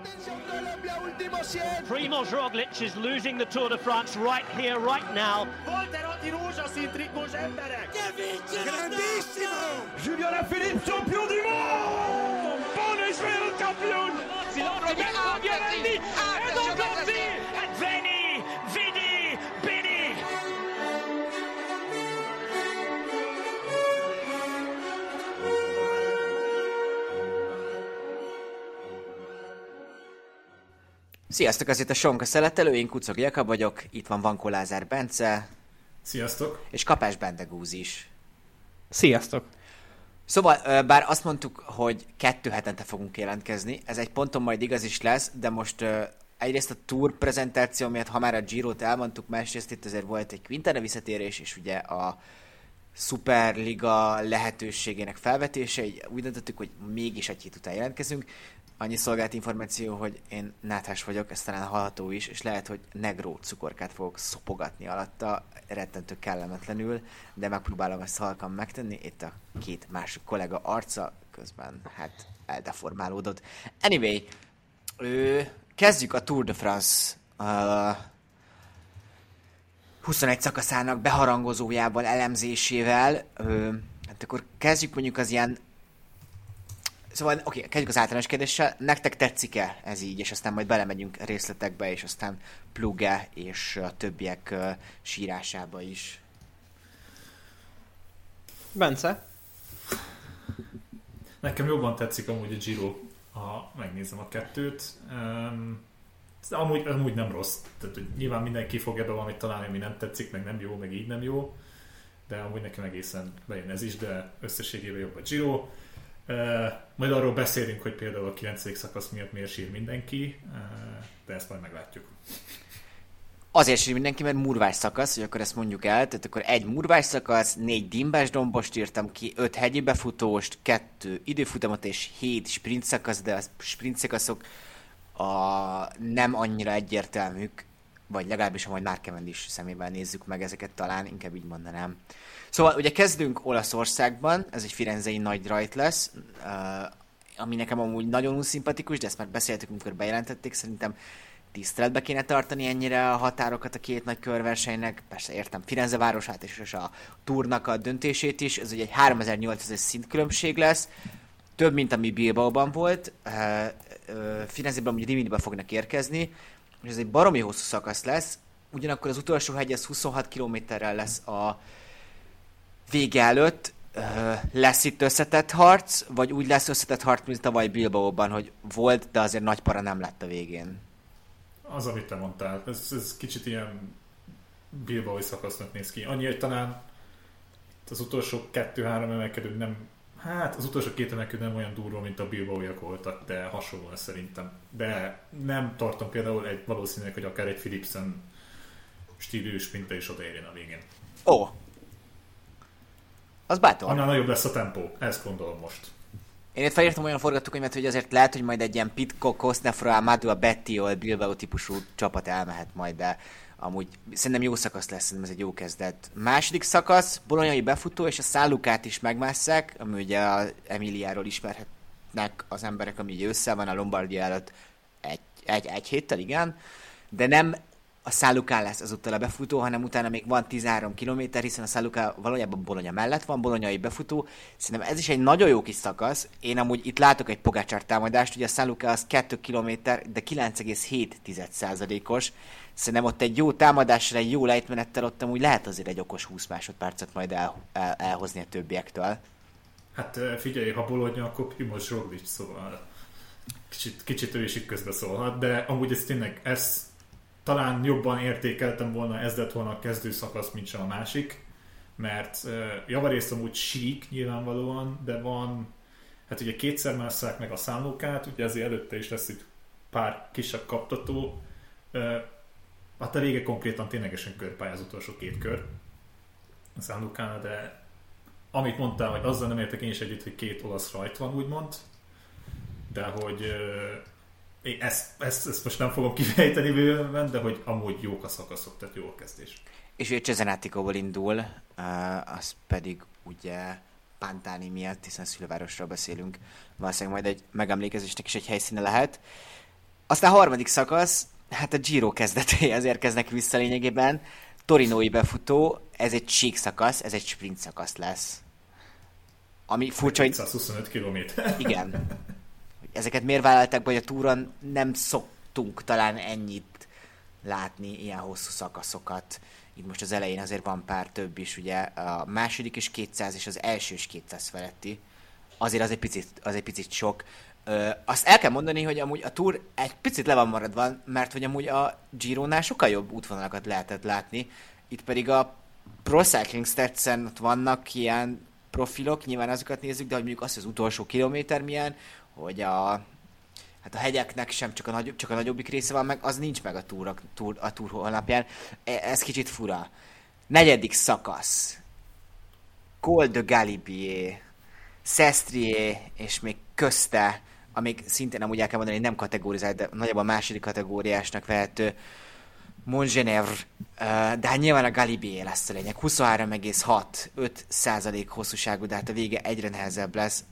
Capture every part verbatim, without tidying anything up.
Primoz Roglic is losing the Tour de France right here, right now. Volterotti rózsaszín trikós emberek! Grandissimo! Julien Alaphilippe, champion du monde! Buon Israel champion! Roberto Vianelli, Edo Gozzi, and Veni, Vidi, Bini! Sziasztok, ez itt a Sonka Szeletelő, én Kucog Jakab vagyok, itt van Vankó Lázár Bence. Sziasztok! És Kapás Bendegúz is. Sziasztok! Szóval, bár azt mondtuk, hogy kettő hetente fogunk jelentkezni, ez egy ponton majd igaz is lesz, de most egyrészt a Tour prezentáció miatt, ha már a Girot elmondtuk, másrészt itt azért volt egy Quintana visszatérés, és ugye a Superliga lehetőségének felvetése, így úgy döntöttük, hogy mégis egy hét után jelentkezünk. Annyi szolgált információ, hogy én náthás vagyok, ez talán hallható is, és lehet, hogy negró cukorkát fogok szopogatni alatta, rettentő kellemetlenül, de megpróbálom ezt halkan megtenni. Itt a két másik kollega arca közben hát eldeformálódott. Anyway, ö, kezdjük a Tour de France uh, huszonegy szakaszának beharangozójával, elemzésével. Ö, hát akkor kezdjük mondjuk az ilyen. Szóval, oké, okay, kezdjük az általános kérdéssel. Nektek tetszik-e ez így, és aztán majd belemegyünk részletekbe, és aztán Pluge és a többiek uh, sírásába is. Bence? Nekem jobban tetszik amúgy a Giro, ha megnézem a kettőt. Um, amúgy, amúgy nem rossz. Tehát, hogy nyilván mindenki fogja be valamit találni, ami nem tetszik, meg nem jó, meg így nem jó. De amúgy nekem egészen bejön ez is, de összességében jobb a Giro. Uh, majd arról beszélünk, hogy például a kilencedik szakasz miatt miért sír mindenki, uh, de ezt majd meglátjuk. Azért sír mindenki, mert murvás szakasz, hogy akkor ezt mondjuk el, tehát akkor egy murvás szakasz, négy dimbás dombost írtam ki, öt hegyi befutóst, kettő időfutamot és hét sprint szakasz, de a sprint szakaszok a nem annyira egyértelműk, vagy legalábbis, ha majd Mark Cavendish szemében nézzük meg ezeket, talán inkább így mondanám. Szóval ugye kezdünk Olaszországban, ez egy firenzei nagy rajt lesz, uh, ami nekem amúgy nagyon szimpatikus, de ezt már beszéltük, amikor bejelentették, szerintem tiszteletbe kéne tartani ennyire a határokat a két nagy körversenynek, persze értem Firenze városát és, és a Tournak a döntését is, ez ugye egy háromezer-nyolcezer szintkülönbség lesz, több, mint ami Bilbaoban volt, uh, uh, Firenzében amúgy Riminibe fognak érkezni, és ez egy baromi hosszú szakasz lesz, ugyanakkor az utolsó hegy az huszonhat kilométerrel lesz a vége előtt. Uh, lesz itt összetett harc, vagy úgy lesz összetett harc, mint tavaly Bilbaóban, hogy volt, de azért nagy para nem lett a végén? Az, amit te mondtál, ez, ez kicsit ilyen bilbaói szakasznak néz ki. Annyi, hogy talán az utolsó kettő-három emelkedő nem, hát az utolsó két emelkedő nem olyan durva, mint a bilbaóiak voltak, de hasonló lesz szerintem. De nem tartom például egy valószínűleg, hogy akár egy Philipsen stílű sprinter is odaérjen a végén. Ó! Oh. Az bátor. Annál nagyobb lesz a tempó, ezt gondolom most. Én itt felírtam olyan forgatókönyvet, hogy azért lehet, hogy majd egy ilyen Pitcock, Cosnefroy, Amadou, Bettiol, Bilbao típusú csapat elmehet majd, de amúgy szerintem jó szakasz lesz, szerintem ez egy jó kezdet. Második szakasz, bolonyai befutó, és a San Lucát is megmásszák, ami ugye az Emiliáról ismerhetnek az emberek, ami ősszel van a Lombardia előtt egy, egy, egy héttel, igen, de nem a San Lucán lesz azután a befutó, hanem utána még van tizenhárom kilométer, hiszen a San Luca valójában Bologna mellett van, bolonyai befutó. Szerintem ez is egy nagyon jó kis szakasz. Én amúgy itt látok egy Pogačar támadást, ugye a San Luca az két kilométer, de kilenc egész hét százalékos. Szerintem ott egy jó támadásra, egy jó lejtmenettel ott amúgy lehet azért egy okos húsz másodpercet majd el, el, elhozni a többiektől. Hát figyelj, ha Bologna, akkor Primoz Roglic, szóval kicsit, kicsit ő is itt közbe szólhat, de amúgy ez tényleg, ez talán jobban értékeltem volna, ez lett volna a kezdőszakasz, mint sem a másik, mert uh, javarészt amúgy sík nyilvánvalóan, de van, hát ugye kétszer másszák meg a San Lucát, ugye ezért előtte is lesz itt pár kisebb kaptató, uh, hát a vége konkrétan ténylegesen körpálya az utolsó két kör a San Lucán, de amit mondtál, hogy azzal nem értek én is együtt, hogy két olasz rajt van, úgymond, de hogy uh, Ezt, ezt, ezt most nem fogom kifejteni bőven, de hogy amúgy jók a szakaszok, tehát jó a kezdés. És ő Cesenátikóból indul, az pedig ugye Pantani miatt, hiszen szülővárosról beszélünk, valószínűleg majd egy megemlékezésnek is egy helyszíne lehet. Aztán a harmadik szakasz, hát a Giro kezdetéhez érkeznek vissza lényegében. Torinói befutó, ez egy sík szakasz, ez egy sprint szakasz lesz. Ami furcsa, hogy... százhuszonöt kilométer. Igen. Ezeket miért vállalták, hogy a túron nem szoktunk talán ennyit látni, ilyen hosszú szakaszokat. Itt most az elején azért van pár több is, ugye a második is kétszáz, és az első is kétszáz feletti. Azért az egy picit, az egy picit sok. Ö, azt el kell mondani, hogy amúgy a Tour egy picit le van maradva, mert hogy amúgy a Gironál sokkal jobb útvonalakat lehetett látni. Itt pedig a Pro Cycling Stats-en ott vannak ilyen profilok, nyilván azokat nézzük, de hogy mondjuk azt, az utolsó kilométer milyen, hogy a, hát a hegyeknek sem csak a, nagyobb, csak a nagyobbik része van meg, az nincs meg a túr, a túr, a túr honlapján. Ez kicsit fura. Negyedik szakasz. Col de Galibier, Sestrier, és még közte, amíg szintén nem úgy el kell mondani, hogy nem kategorizált, de nagyobb a második kategóriásnak vehető Montgenèvre, de hát nyilván a Galibier lesz a lényeg. huszonhárom egész hat, öt százalék hosszúságú, de hát a vége egyre nehezebb lesz.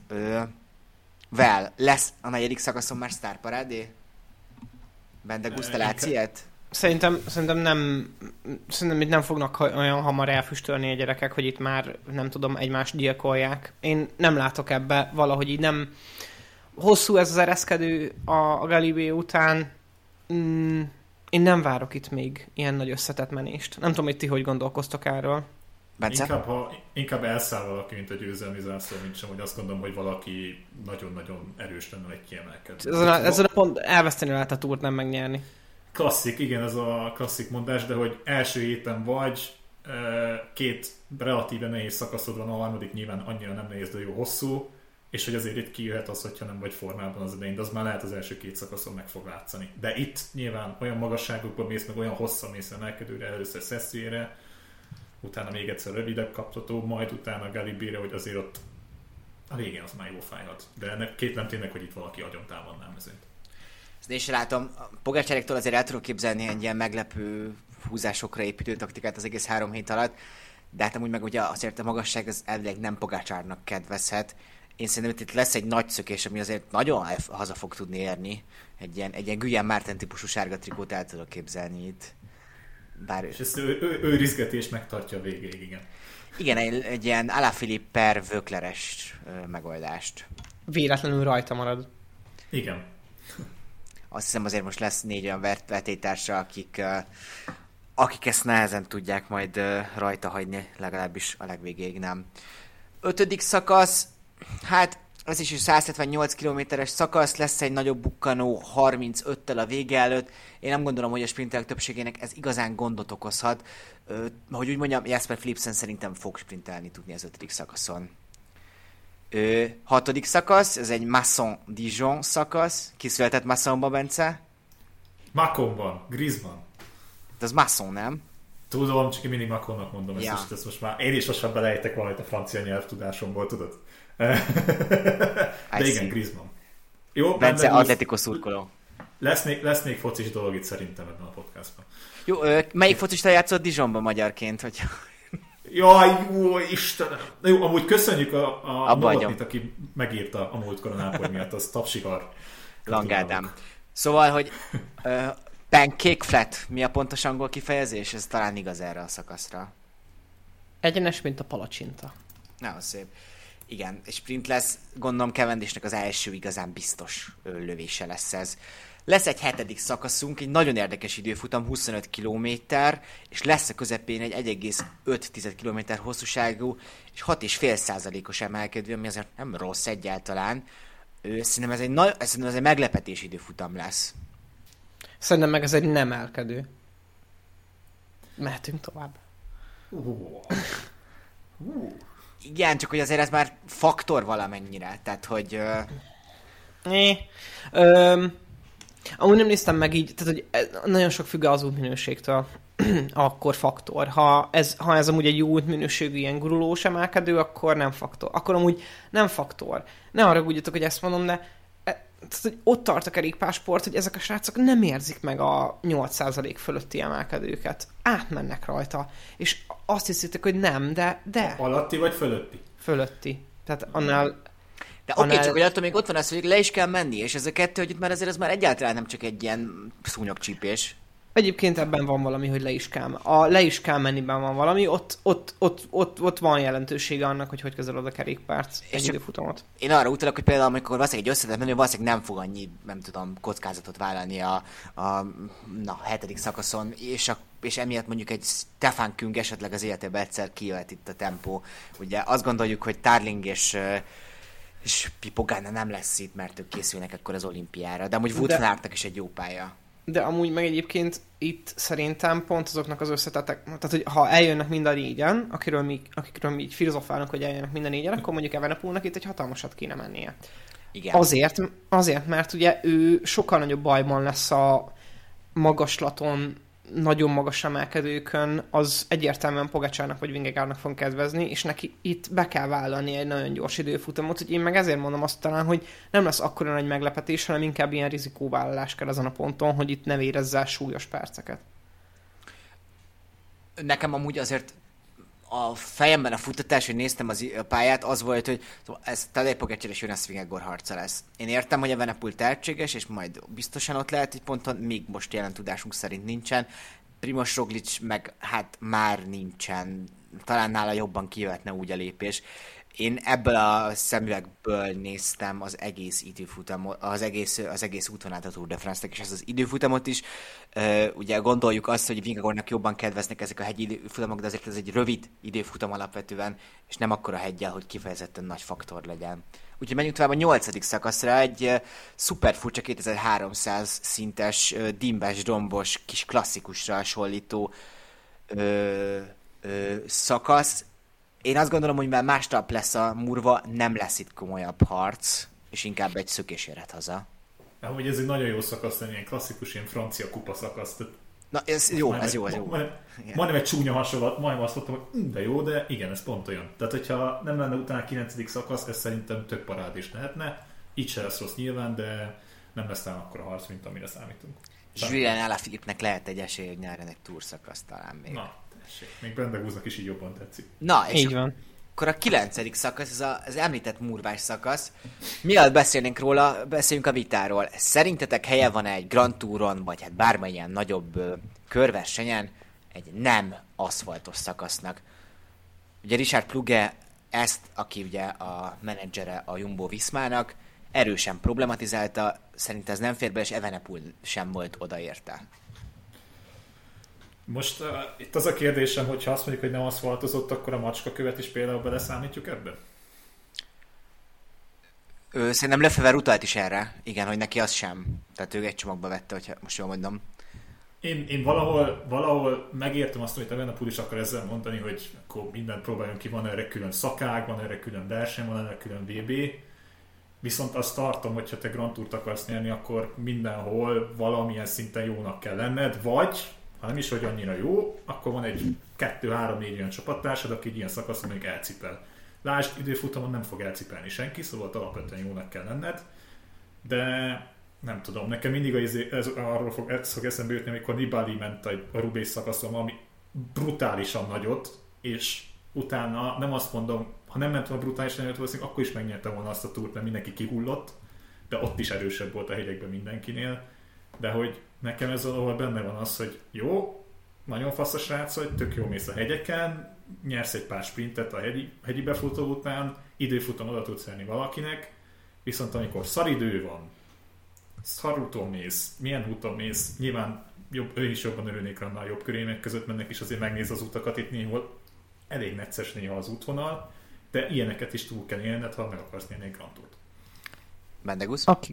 Vel, lesz a negyedik szakaszon már sztárparádé? Bende Gusta látsz ilyet? Szerintem, szerintem nem, szerintem itt nem fognak olyan hamar elfüstölni a gyerekek, hogy itt már, nem tudom, egymást gyilkolják. Én nem látok ebbe, valahogy így nem... Hosszú ez az ereszkedő a, a Galibier után. Mm, én nem várok itt még ilyen nagy összetett menést. Nem tudom, hogy ti hogy gondolkoztok erről. Bence? Inkább, ha, inkább elszáll valaki, mint a győzelmi zászló, mint sem, hogy azt gondolom, hogy valaki nagyon-nagyon erős lenne, egy kiemelkedő. Ezen a, ezen a pont elveszteni lehet a túrt, nem megnyerni. Klasszik, igen, ez a klasszik mondás, de hogy első héten vagy, két relatíve nehéz szakaszod van, a harmadik nyilván annyira nem nehéz, de jó hosszú, és hogy azért itt kijöhet az, hogyha nem vagy formában az idején, de az már lehet az első két szakaszon meg fog látszani. De itt nyilván olyan magasságokban mész, meg olyan hosszan mész emelkedőre, először Sestriere, utána még egyszer rövidebb kaptató, majd utána Galibierre, hogy azért ott a végén az már jó fájhat. De ennek kétlem tényleg, hogy itt valaki agyon támadná a mezőnyt. Ezt én is látom, Pogácsáréktól azért el tudok képzelni egy ilyen meglepő húzásokra építő taktikát az egész három hét alatt, de hát amúgy meg ugye azért a magasság az elvileg nem Pogácsárnak kedvezhet. Én szerintem itt lesz egy nagy szökés, ami azért nagyon haza fog tudni érni. Egy ilyen, egy ilyen Guillaume Martin típusú sárga trikót el tudok képzelni itt. Bár és ezt ő, ő, ő rizgetés megtartja a végéig, igen. Igen, egy, egy ilyen Alaphilippe per Vökleres megoldást. Véletlenül rajta marad. Igen. Azt hiszem azért most lesz négy olyan vetétársa, akik, uh, akik ezt nehezen tudják majd uh, rajta hagyni, legalábbis a legvégéig nem. Ötödik szakasz, hát ez is egy száz hetvennyolc kilométeres szakasz, lesz egy nagyobb bukkanó harmincöttel a vége előtt. Én nem gondolom, hogy a sprinterek többségének ez igazán gondot okozhat. Uh, hogy úgy mondjam, Jasper Philipsen szerintem fog sprintelni tudni az ötödik szakaszon. Ö, hatodik szakasz, ez egy Masson-Dijon szakasz. Ki született Massonba, Bence? Maconban, Griezmann. De az Masson, nem? Tudom, csak én mindig Maconnak mondom, ezt, ja. most, ezt most már én is most már belejtek valamit a francia nyelvtudásomból, tudod? De igen, Griezmann. Jó, Bence Atletico szurkoló. Lesz még, lesz még focis dolog itt szerintem ebben a podcastban. Jó, ö, melyik focista játszott Dijonban magyarként? Hogy... Jaj, jó, Istenem! Na jó, amúgy köszönjük a, a Novotnit, aki megírta a múltkor a Nápoly miatt, az tapsikar. Langádám. Szóval, hogy uh, pancake flat, mi a pontos angol kifejezés? Ez talán igaz erre a szakaszra. Egyenes, mint a palacsinta. Nagyon szép. Igen, és sprint lesz, gondolom Cavendishnek az első igazán biztos lövése lesz ez. Lesz egy hetedik szakaszunk, egy nagyon érdekes időfutam, huszonöt kilométer, és lesz a közepén egy egy egész öt kilométer hosszúságú, és hat egész öt százalékos emelkedő, ami azért nem rossz egyáltalán. Szerintem ez egy, nagy, szerintem ez egy meglepetés időfutam lesz. Szerintem meg ez egy nem emelkedő. Mehetünk tovább. Uh. Uh. Igen, csak hogy azért ez már faktor valamennyire, tehát hogy... Uh... É. Öm... Amúgy nem néztem meg így, tehát hogy nagyon sok függ az útminőségtől, akkor faktor. Ha ez, ha ez amúgy egy jó útminőségű ilyen gurulós emelkedő, akkor nem faktor. Akkor amúgy nem faktor. Ne arra gudjatok, hogy ezt mondom, de tehát, hogy ott tart a kerékpársport, hogy ezek a srácok nem érzik meg a nyolc százalék fölötti emelkedőket. Átmennek rajta. És azt hiszitek, hogy nem, de... de. Alatti vagy fölötti? Fölötti. Tehát annál... De oké, okay, csak hogy attól még ott van az, hogy le is kell menni, és ez a kettő, hogy itt már azért ez már egyáltalán nem csak egy ilyen szúnyogcsípés. Egyébként ebben van valami, hogy le is kell, a le is kell menniben van valami, ott, ott, ott, ott, ott van jelentősége annak, hogy hogy kezeled a kerékpárt, egy időfutamot. Én arra utalok, hogy például amikor valószínűleg egy összetett menő, valószínűleg nem fog annyi, nem tudom, kockázatot vállalni a, a na, hetedik szakaszon, és, a, és emiatt mondjuk egy Stefan Küng esetleg az életében egyszer kijöhet itt a tempó. Ugye azt gondoljuk, hogy Tarling és és Pipogana nem lesz itt, mert ők készülnek akkor az olimpiára, de amúgy Wout van Aertnek is egy jó pálya. De amúgy meg egyébként itt szerintem pont azoknak az összetetek, tehát hogy ha eljönnek mind a négyen, akiről mi, akikről mi így filozofálunk, hogy eljönnek mind a négyen, akkor mondjuk Evenepoelnak itt egy hatalmasat kéne mennie. Igen. Azért, azért, mert ugye ő sokkal nagyobb bajban lesz a magaslaton, nagyon magas emelkedőkön, az egyértelműen Pogačarnak vagy Vingegaardnak fog kedvezni, és neki itt be kell vállalni egy nagyon gyors időfutamot, hogy én meg ezért mondom azt talán, hogy nem lesz akkora nagy meglepetés, hanem inkább ilyen rizikóvállalás kell ezen a ponton, hogy itt ne vérezzel súlyos perceket. Nekem amúgy azért a fejemben a futtatás, hogy néztem az a pályát, az volt, hogy ez Tadej Pogačar és Jonas Vingegaard harca lesz. Én értem, hogy Evenepoel tehetséges, és majd biztosan ott lehet egy ponton, még most jelen tudásunk szerint nincsen. Primož Roglič meg hát már nincsen. Talán nála jobban kijöhetne úgy a lépés. Én ebből a szemüvegből néztem az egész időfutamot, az egész, az egész útvonalát a Tour de France-nek, és ez az időfutamot is. Uh, ugye gondoljuk azt, hogy Vingegaardnak jobban kedveznek ezek a hegyi időfutamok, de azért ez egy rövid időfutam alapvetően, és nem akkora heggyel, hogy kifejezetten nagy faktor legyen. Úgyhogy menjünk tovább a nyolcadik szakaszra, egy uh, szuper furcsa kétezer-háromszáz szintes, uh, dimbes, dombos, kis klasszikusra hasonlító uh, uh, szakasz. Én azt gondolom, hogy már másnap lesz a Murva, nem lesz itt komolyabb harc, és inkább egy szökés érhet haza. Ahogy ez egy nagyon jó szakasz, ilyen klasszikus, ilyen francia kupa szakasz. Tehát na, ez jó, ez jó, ez jó. Majdnem, majdnem egy csúnya hasonlat, majdnem azt mondtam, hogy de jó, de igen, ez pont olyan. Tehát, hogyha nem lenne utána a kilencedik szakasz, ez szerintem több parád is lehetne. Így se lesz rossz nyilván, de nem lesz talán akkora harc, mint amire számítunk. Julien Alaphilippe-nek lehet egy esély, hogy nyáron egy Tour szakasz talán még. Na, tessék. Még Bendegúznak is így jobban tetszik. Na, és így van. Akkor a kilencedik szakasz, ez a, az említett murvás szakasz. Mielőtt beszélnénk róla, beszéljünk a vitáról. Szerintetek helye van-e egy Grand Touron, vagy hát bármilyen nagyobb ö, körversenyen egy nem aszfaltos szakasznak? Ugye Richard Plugge ezt, aki ugye a menedzsere a Jumbo Viszmának, erősen problematizálta, szerint ez nem fér be, és Evenepoel sem volt odaérte. Most uh, itt az a kérdésem, hogy ha azt mondjuk, hogy nem aszfaltozott, akkor a macskakövet is például beleszámítjuk ebbe? Ő, szerintem Lefever utalt is erre, igen, hogy neki az sem. Tehát ő egy csomagba vette, hogyha most jól mondom. Én, én valahol, valahol megértem azt, hogy Evenepoel is akar ezzel mondani, hogy akkor mindent próbáljunk ki, van erre külön szakág, van erre külön verseny, van erre külön vé bé. Viszont azt tartom, hogy ha te Grand Tourt akarsz nyerni, akkor mindenhol valamilyen szinten jónak kell lenned, vagy ha nem is vagy annyira jó, akkor van egy kettő három négy olyan csapattársad, aki egy ilyen szakaszon még elcipel. Lásd, időfutamon nem fog elcipelni senki, szóval alapvetően jónak kell lenned, de nem tudom, nekem mindig ez, ez, arról fog, ez fog eszembe jutni, amikor Nibali ment a Roubaix szakaszon, ami brutálisan nagyot, és utána nem azt mondom, ha nem ment volna brutálisan nagyot, valószínűleg akkor is megnyerte volna azt a túrt, mert mindenki kihullott, de ott is erősebb volt a hegyekben mindenkinél, de hogy nekem ez ahol benne van az, hogy jó, nagyon fasz a srác, hogy tök jó mész a hegyeken, nyersz egy pár sprintet a hegyi, hegyi befutó után, időfutam oda tudsz venni valakinek, viszont amikor szaridő van, szarúton mész, milyen úton mész, nyilván jobb, ő is jobban örülnék annál jobb körének között mennek, és azért megnéz az utakat, itt néhol elég necces néha az útvonal, de ilyeneket is túl kell élned, ha meg akarsz nyerni egy Grand Tourt. Bendegusz? Aki...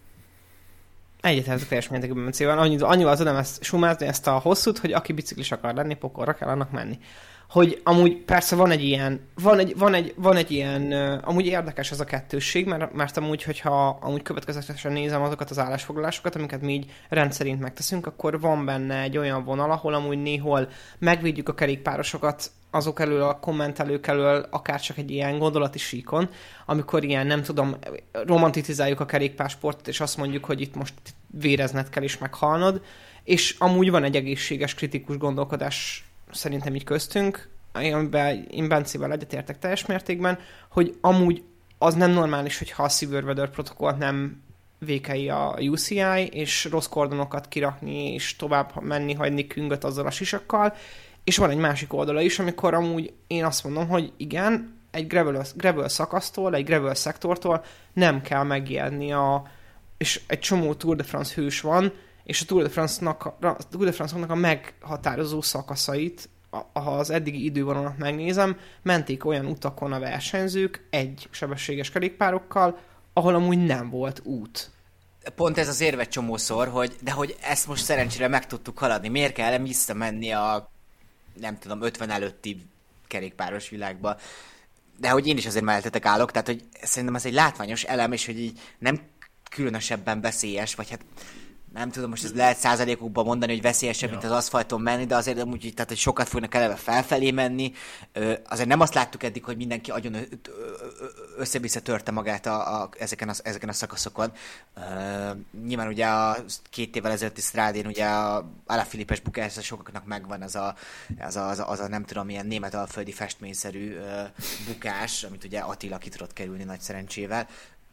Egyetértek teljes mértékben Bencével. Annyi, annyival tudom ezt sumázni, ezt a hosszút, hogy aki biciklis akar lenni, pokolra kell annak menni. Hogy amúgy persze van egy ilyen, van egy, van egy, van egy ilyen, uh, amúgy érdekes ez a kettősség, mert, mert amúgy, hogyha amúgy következetesen nézem azokat az állásfoglalásokat, amiket mi így rendszerint megteszünk, akkor van benne egy olyan vonal, ahol amúgy néhol megvédjük a kerékpárosokat azok elől, a kommentelők elől, akár csak egy ilyen gondolati síkon, amikor ilyen, nem tudom, romantizáljuk a kerékpársportot, és azt mondjuk, hogy itt most vérezned kell és meghalnod, és amúgy van egy egészséges, kritikus gondolkodás szerintem így köztünk, amiben én Bencével egyetértek teljes mértékben, hogy amúgy az nem normális, hogyha a Severe Weather protokollt nem vékei a U C I, és rossz kordonokat kirakni, és tovább menni, hagyni küngöt azzal a sisakkal. És van egy másik oldala is, amikor amúgy én azt mondom, hogy igen, egy gravel, gravel szakasztól, egy gravel szektortól nem kell megijedni a... és egy csomó Tour de France hős van, és a Tour de France-nak a, Tour de France-nak a meghatározó szakaszait, ha az eddigi idővonalat megnézem, menték olyan utakon a versenyzők egy sebességes kerékpárokkal, ahol amúgy nem volt út. Pont ez az érve csomószor, hogy de hogy ezt most szerencsére meg tudtuk haladni. Miért kell visszamenni a nem tudom, ötven előtti kerékpáros világba? De hogy én is azért mellettetek állok, tehát hogy szerintem ez egy látványos elem, és hogy így nem különösebben veszélyes, vagy hát nem tudom, most ez lehet százalékokban mondani, hogy veszélyesebb, ja. mint az aszfalton menni, de azért úgy, tehát, hogy sokat fognak eleve felfelé menni. Ö, azért nem azt láttuk eddig, hogy mindenki agyon össze-vissza törte magát a, a, ezeken, a, ezeken a szakaszokon. Ö, nyilván ugye a két évvel ezelőtti Strádén ugye a Alaphilippes bukás, sokaknak megvan az a, az, a, az, a, az a nem tudom, ilyen német alföldi festményszerű ö, bukás, amit ugye Attila ki tudott kerülni nagy szerencsével. Ö,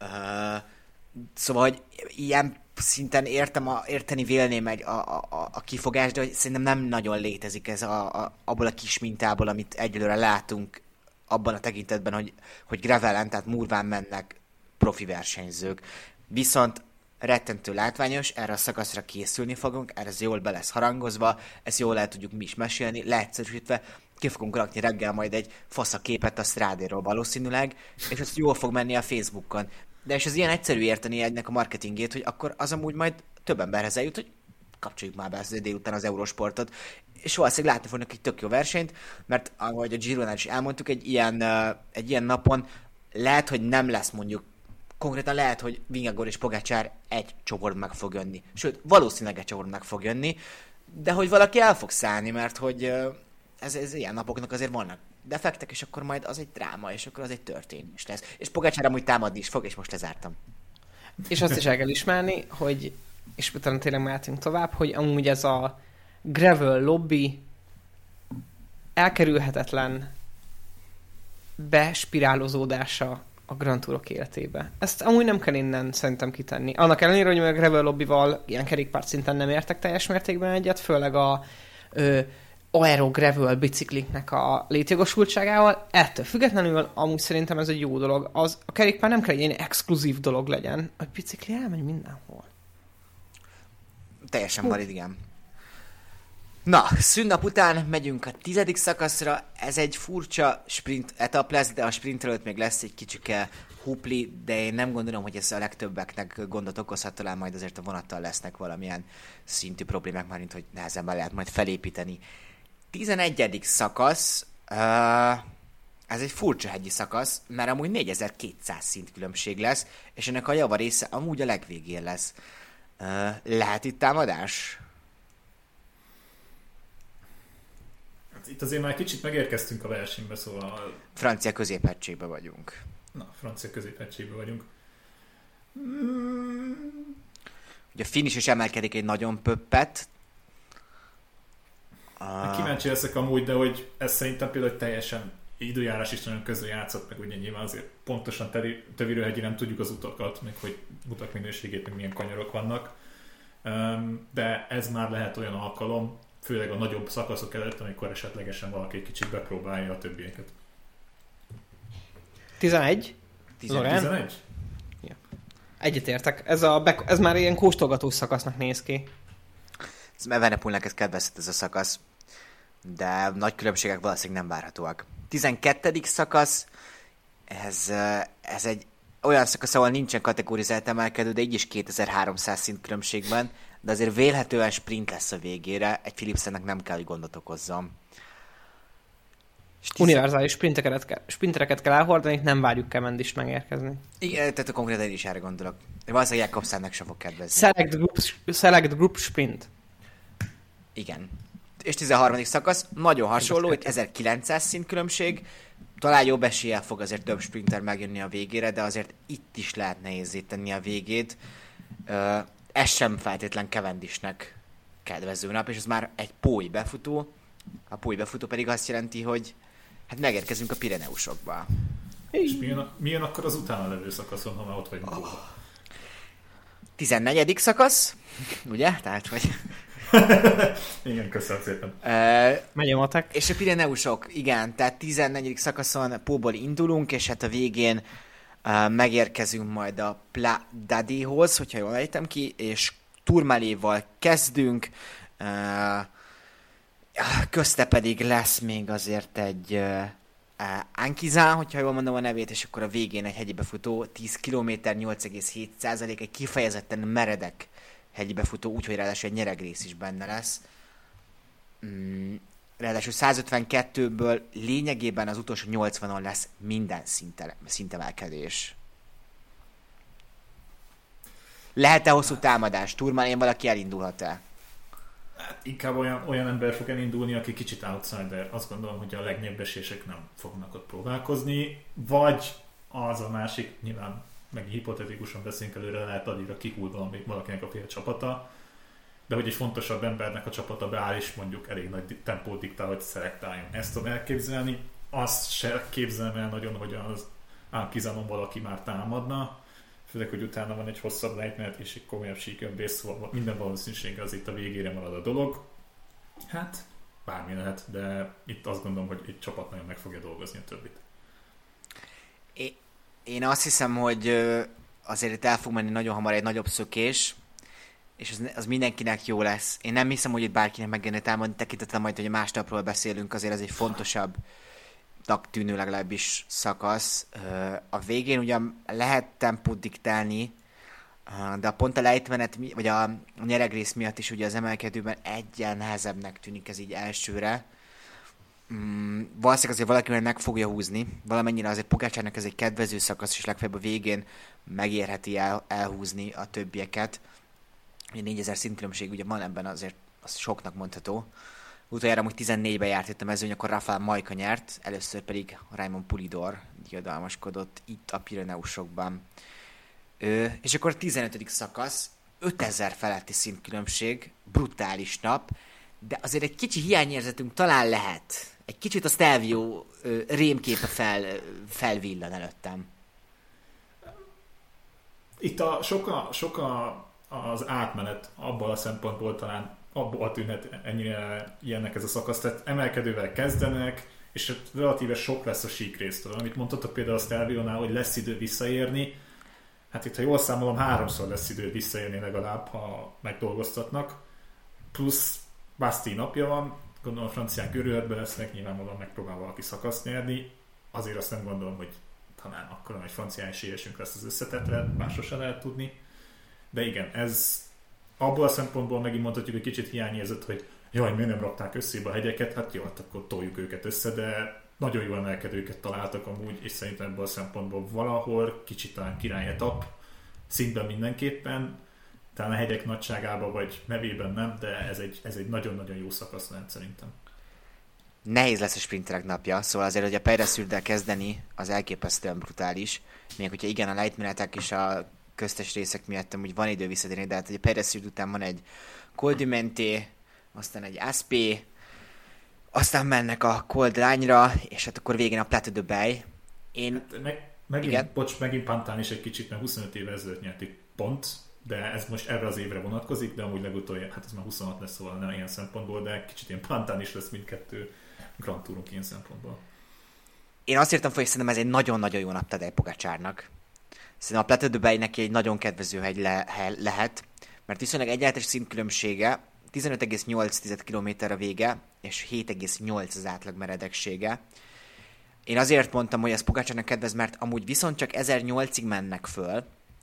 Szóval, hogy ilyen szinten értem a, érteni vélném egy a, a, a kifogást, de hogy szerintem nem nagyon létezik ez a, a, abból a kis mintából, amit egyelőre látunk abban a tekintetben, hogy, hogy gravelen, tehát murván mennek profi versenyzők. Viszont rettentő látványos, erre a szakaszra készülni fogunk, erre ez jól be lesz harangozva, ezt jól el tudjuk mi is mesélni, leegyszerűsítve, ki fogunk rakni reggel majd egy faszaképet a Strádéról valószínűleg, és ez jól fog menni a Facebookon. De és ez ilyen egyszerű érteni egynek a marketingét, hogy akkor az amúgy majd több emberhez eljut, hogy kapcsoljuk már be az délután az Eurosportot, és valószínűleg látni fognak egy tök jó versenyt, mert ahogy a Gironál is elmondtuk, egy ilyen, egy ilyen napon lehet, hogy nem lesz mondjuk, konkrétan lehet, hogy Vingegaard és Pogačar egy csoport meg fog jönni. Sőt, valószínűleg egy csoport meg fog jönni, de hogy valaki el fog szállni, mert hogy ez, ez ilyen napoknak azért vannak defektek, és akkor majd az egy dráma, és akkor az egy történés lesz. És Pogačar amúgy támadni is fog, és most lezártam. És azt is el kell ismerni, hogy, és utána tényleg mehetünk tovább, hogy amúgy ez a gravel lobby elkerülhetetlen bespirálozódása a Grand Tourok életébe. Ezt amúgy nem kell innen szerintem kitenni. Annak ellenére, hogy a gravel lobbyval ilyen kerékpárt szinten nem értek teljes mértékben egyet, főleg a ö, aero gravel bicikliknek a létjogosultságával, ettől függetlenül amúgy szerintem ez egy jó dolog. Az, a kerékpár nem kell egy ilyen exkluzív dolog legyen. A bicikli elmegy mindenhol. Teljesen uh. valid, igen. Na, szünnap után megyünk a tizedik szakaszra. Ez egy furcsa sprint etap lesz, de a sprint előtt még lesz egy kicsike hupli, de én nem gondolom, hogy ez a legtöbbeknek gondot okozhat, talán majd azért a vonattal lesznek valamilyen szintű problémák, már mint hogy nehezebben lehet majd felépíteni. tizenegyedik szakasz, uh, ez egy furcsa hegyi szakasz, mert amúgy négyezer-kétszáz szint különbség lesz, és ennek a java része amúgy a legvégén lesz. Uh, lehet itt támadás? Itt azért már kicsit megérkeztünk a versenybe, szóval... Francia középhegységbe vagyunk. Na, francia középhegységbe vagyunk. Ugye a finish is emelkedik egy nagyon pöppet. A... Kíváncsi leszek amúgy, de hogy ez szerintem például teljesen időjárás is nagyon közül játszott, meg ugye nyilván azért pontosan Tövirőhegyi nem tudjuk az utakat, meg hogy utak minőségét, meg milyen kanyarok vannak. De ez már lehet olyan alkalom, főleg a nagyobb szakaszok előtt, amikor esetlegesen valaki egy kicsit bepróbálja a többieket. tizenegy? tizenegy? Ja. Egyetértek. Ez, a be- ez már ilyen kóstolgató szakasznak néz ki. Evenepoelnek ez kedvezett ez a szakasz, de nagy különbségek valószínűleg nem várhatóak. tizenkettedik szakasz, ez, ez egy olyan szakasz, ahol nincsen kategorizált emelkedő, de így is kétezer-háromszáz szint különbségben, de azért vélhetően sprint lesz a végére, egy Philipsennek nem kell, hogy gondot okozzon. Tíz... Univerzális sprintereket kell, sprintereket kell elhordani, nem várjuk Cavendist megérkezni. Igen, tehát a konkrétan én is erre gondolok. Valószínűleg Jakobsennek sem fog kedvezni. Select group, select group sprint. Igen. És tizenharmadik szakasz, nagyon hasonló, itt ezerkilencszáz szint különbség. Talán jobb eséllyel fog azért több sprinter megjönni a végére, de azért itt is lehet nehézzé tenni a végét. Uh, ez sem feltétlen Cavendisnek kedvező nap, és ez már egy pói befutó. A pói befutó pedig azt jelenti, hogy hát megérkezünk a Pireneusokba. És mi jön, mi jön akkor az utána levő szakaszon, ha már ott vagyunk? Oh. tizennegyedik szakasz, ugye? Tehát, hogy... Igen, köszönöm szépen. Uh, Megy a matek. És a Pireneusok, igen, tehát tizennegyedik szakaszon Póból indulunk, és hát a végén uh, megérkezünk majd a Pla d'Adehoz, hogyha jól ejtem ki, és Tourmaléval kezdünk, uh, közte pedig lesz még azért egy uh, uh, Ankizán, hogyha jól mondom a nevét, és akkor a végén egy hegyi befutó, tíz kilométer, nyolc egész hét százalék, egy kifejezetten meredek hegyi befutó, úgyhogy ráadásul egy nyeregrész is benne lesz. Mm, ráadásul százötvenkettőből lényegében az utolsó nyolcvanon lesz minden szintemelkedés. Lehet-e hosszú támadás? Tourmalén valaki elindulhat-e? Hát inkább olyan, olyan ember fog elindulni, aki kicsit outsider. Azt gondolom, hogy a legnagyobb esélyesek nem fognak ott próbálkozni. Vagy az a másik, nyilván meg hipotetikusan beszélünk előre, lehet addigra kihúl valami, valakinek a fél csapata, de hogy egy fontosabb embernek a csapata beáll, és mondjuk elég nagy tempót diktál, hogy szelektáljon. Ezt tudom elképzelni. Azt se képzelem el nagyon, hogy az Ankizanon valaki már támadna, főleg, hogy utána van egy hosszabb lejtmenet, és egy komolyabb síkönbész, szóval minden valószínűséggel az itt a végére marad a dolog. Hát, bármi lehet, de itt azt gondolom, hogy egy csapat nagyon meg fogja dolgozni a többit. É- Én azt hiszem, hogy azért itt el fog menni nagyon hamar egy nagyobb szökés, és az, az mindenkinek jó lesz. Én nem hiszem, hogy itt bárkinek meg kellene támadni, tekintetlen majd, hogy a másnapról beszélünk, azért ez egy fontosabb tűnő legalábbis szakasz. A végén ugyan lehet tempót diktálni, de a pont a lejtmenet, vagy a nyeregrész miatt is ugye az emelkedőben egyen nehezebbnek tűnik ez így elsőre. Mm, valószínűleg azért valakivel meg fogja húzni, valamennyire azért Pogačarnak ez egy kedvező szakasz, és legfeljebb a végén megérheti el, elhúzni a többieket. négyezer szintkülönbség ugye van ebben, azért az soknak mondható. Utoljára amúgy tizennégyben járt itt a mezőny, akkor Rafael Majka nyert, először pedig Raymond Pulidor diadalmaskodott itt a Pireneusokban. Ö, és akkor a tizenötödik szakasz, ötezer feletti szintkülönbség, brutális nap, de azért egy kicsi hiányérzetünk talán lehet. Egy kicsit a Stelvio ö, rémképe fel, felvillan előttem. Itt a soka, soka az átmenet abban a szempontból talán abból tűnhet ennyire ilyennek ez a szakasz. Tehát emelkedővel kezdenek, és relatíve sok lesz a síkrésztől. Amit mondtatok például a Stelvionál, hogy lesz idő visszaérni. Hát itt, ha jól számolom, háromszor lesz idő visszaérni legalább, ha megdolgoztatnak. Plusz Basti napja van, gondolom a franciák örületben lesznek, nyilvánvalóan megpróbál valaki szakaszt nyerni. Azért azt nem gondolom, hogy talán akkor egy francia esélyesünk lesz az összetetre, már sosem lehet tudni. De igen, ez abból a szempontból megint mondhatjuk, hogy kicsit hiányérzett, hogy jaj, miért nem rakták összébe a hegyeket, hát jó, hát akkor toljuk őket össze, de nagyon jó emelkedőket találtak amúgy, és szerintem ebből a szempontból valahol kicsit talán király etap, szintben mindenképpen, talán a hegyek nagyságában vagy nevében nem, de ez egy, ez egy nagyon-nagyon jó szakasz lehet szerintem. Nehéz lesz a sprinterek napja, szóval azért, hogy a Peyre-Sürdel kezdeni, az elképesztően brutális. Még hogyha igen, a lejtmenetek és a köztes részek miatt amúgy van idő visszatérni, de hát a Peyre-Sürd után van egy Col du Menté, aztán egy Aspé, aztán mennek a Col de Lagnyra, és hát akkor végén a Plateau de Bay. Én... Hát meg, megint, igen? Bocs, megint Pantán is egy kicsit, mert huszonöt éve ezelőtt nyerték pont, de ez most erre az évre vonatkozik, de amúgy legutoljára, hát ez már huszonhat lesz, szóval nem ilyen szempontból, de kicsit ilyen Pantán is lesz mindkettő Grand Tourunk ilyen szempontból. Én azt írtam fel, hogy szerintem ez egy nagyon-nagyon jó nap Tadej Pogačarnak. Szerintem a Plateau de Bay neki egy nagyon kedvező hegy le- lehet, mert viszonylag egyáltalán szintkülönbsége, tizenöt egész nyolc kilométer a vége, és hét egész nyolc az átlag meredeksége. Én azért mondtam, hogy ez Pogačarnak kedvez, mert amúgy viszont csak ezernyolcig mennek föl,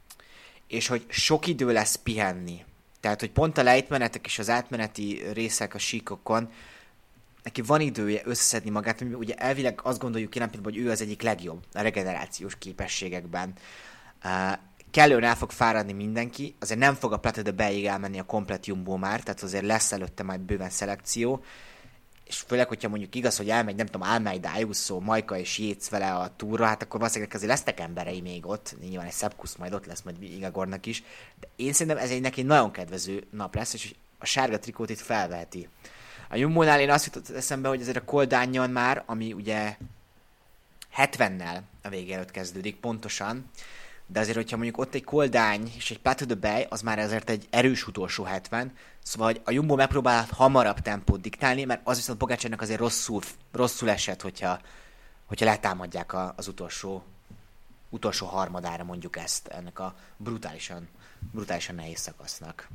és hogy sok idő lesz pihenni. Tehát, hogy pont a lejtmenetek és az átmeneti részek a síkokon, neki van idője összeszedni magát, mert ugye elvileg azt gondoljuk jelen pillanatban, hogy ő az egyik legjobb a regenerációs képességekben. Uh, kellően el fog fáradni mindenki, azért nem fog a Plateau de Bayig elmenni a komplet Jumbo már, tehát azért lesz előtte majd bőven szelekció, és főleg, hogyha mondjuk igaz, hogy elmegy, nem tudom, Almeida, Ayuso, Majka és Yates vele a túra, hát akkor valószínűleg azért lesznek emberei még ott, nyilván egy Sepkus majd ott lesz, majd Igagornak is, de én szerintem ez egy neki nagyon kedvező nap lesz, és a sárga trikót itt felveheti. A Jumbo-nál én azt jutott eszembe, hogy azért a Col d'Agnon már, ami ugye hetvennel a vége előtt kezdődik pontosan, de azért, hogyha mondjuk ott egy Koldány és egy Path to the Bay, az már azért egy erős utolsó hetven, szóval hogy a Jumbo megpróbál hamarabb tempót diktálni, mert az viszont Pogačarnak azért rosszul, rosszul esett, hogyha, hogyha letámadják a, az utolsó, utolsó harmadára mondjuk ezt, ennek a brutálisan, brutálisan nehéz szakasznak.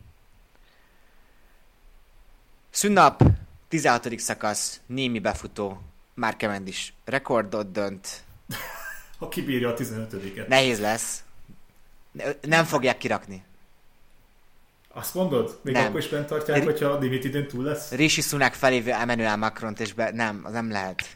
Szünnap, tizenhatodik szakasz, némi befutó, Mark Cavendish rekordot dönt. Ha kibírja a tizenötödiket. Nehéz lesz. Nem fogják kirakni. Azt mondod? Még nem. akkor is bent tartják, hogyha a Dimitridén túl lesz? Rishi Sunak felévő Emmanuel Macront, és be... nem, az nem lehet.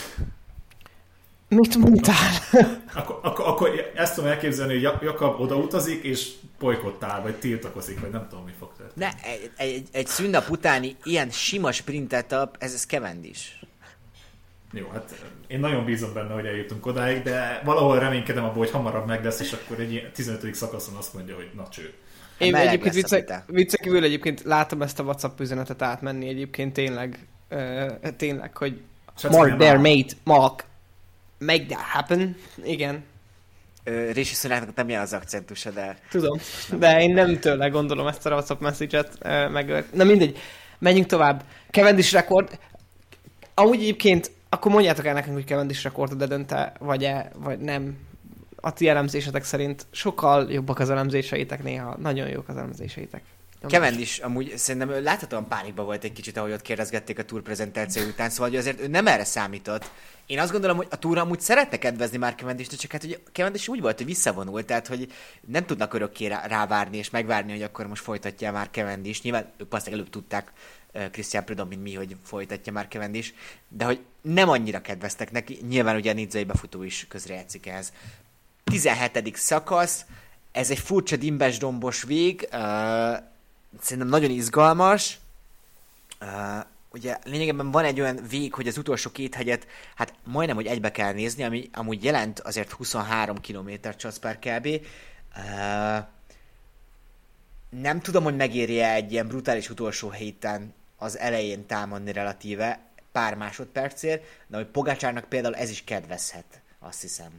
Mit mondtál? akkor, akkor, akkor ezt tudom elképzelni, hogy Jakab odautazik, és bolykottál, vagy tiltakozik, vagy nem tudom, mi fog történni. Ne, egy, egy, egy szünnap utáni ilyen sima sprint etap, ez, ez Cavendish. Jó, hát én nagyon bízom benne, hogy eljutunk odáig, de valahol reménykedem abból, hogy hamarabb meg lesz, és akkor egy ilyen tizenötödik szakaszon azt mondja, hogy na cső. Én egyébként vicce, vicce kívül egyébként látom ezt a WhatsApp üzenetet átmenni egyébként tényleg, uh, tényleg, hogy Csak Mark there, mate, Mark, make that happen. Igen. Uh, Rishi Sunaknak nem ilyen az akcentusa, de... Tudom, de én nem tőle gondolom ezt a WhatsApp message-et uh, meg... Na mindegy, menjünk tovább. Cavendish rekord. Amúgy egyébként, akkor mondjátok el nekünk, hogy Cavendish rekordot de dönte, vagy-e, vagy nem. A ti elemzésetek szerint sokkal jobbak az elemzéseitek néha. Nagyon jók az elemzéseitek. Cavendish amúgy szerintem láthatóan pánikban volt egy kicsit, ahogy ott kérdezgették a túr prezentáció után, szóval hogy azért ő nem erre számított. Én azt gondolom, hogy a túra amúgy szeretne kedvezni már Cavendish-t, csak hát ugye Cavendish úgy volt, hogy visszavonult, tehát hogy nem tudnak örökké rá, rávárni és megvárni, hogy akkor most folytatja már Cavendish. Nyilván ők azt előbb tudták, uh, Christian Prudhomme, mint mi, hogy folytatja már Cavendish, de hogy nem annyira kedveztek neki, nyilván ugye a nizzai befutó is közrejátszik ehhez. tizenhetedik szakasz, ez egy furcsa dimbes dombos vég, uh, szerintem nagyon izgalmas. Uh, ugye lényegében van egy olyan vég, hogy az utolsó két hegyet hát majdnem, hogy egybe kell nézni, ami amúgy jelent azért huszonhárom kilométer csasz per kb. Uh, nem tudom, hogy megéri-e egy ilyen brutális utolsó héten az elején támadni relatíve pár másodpercért, de hogy Pogačarnak például ez is kedvezhet, azt hiszem.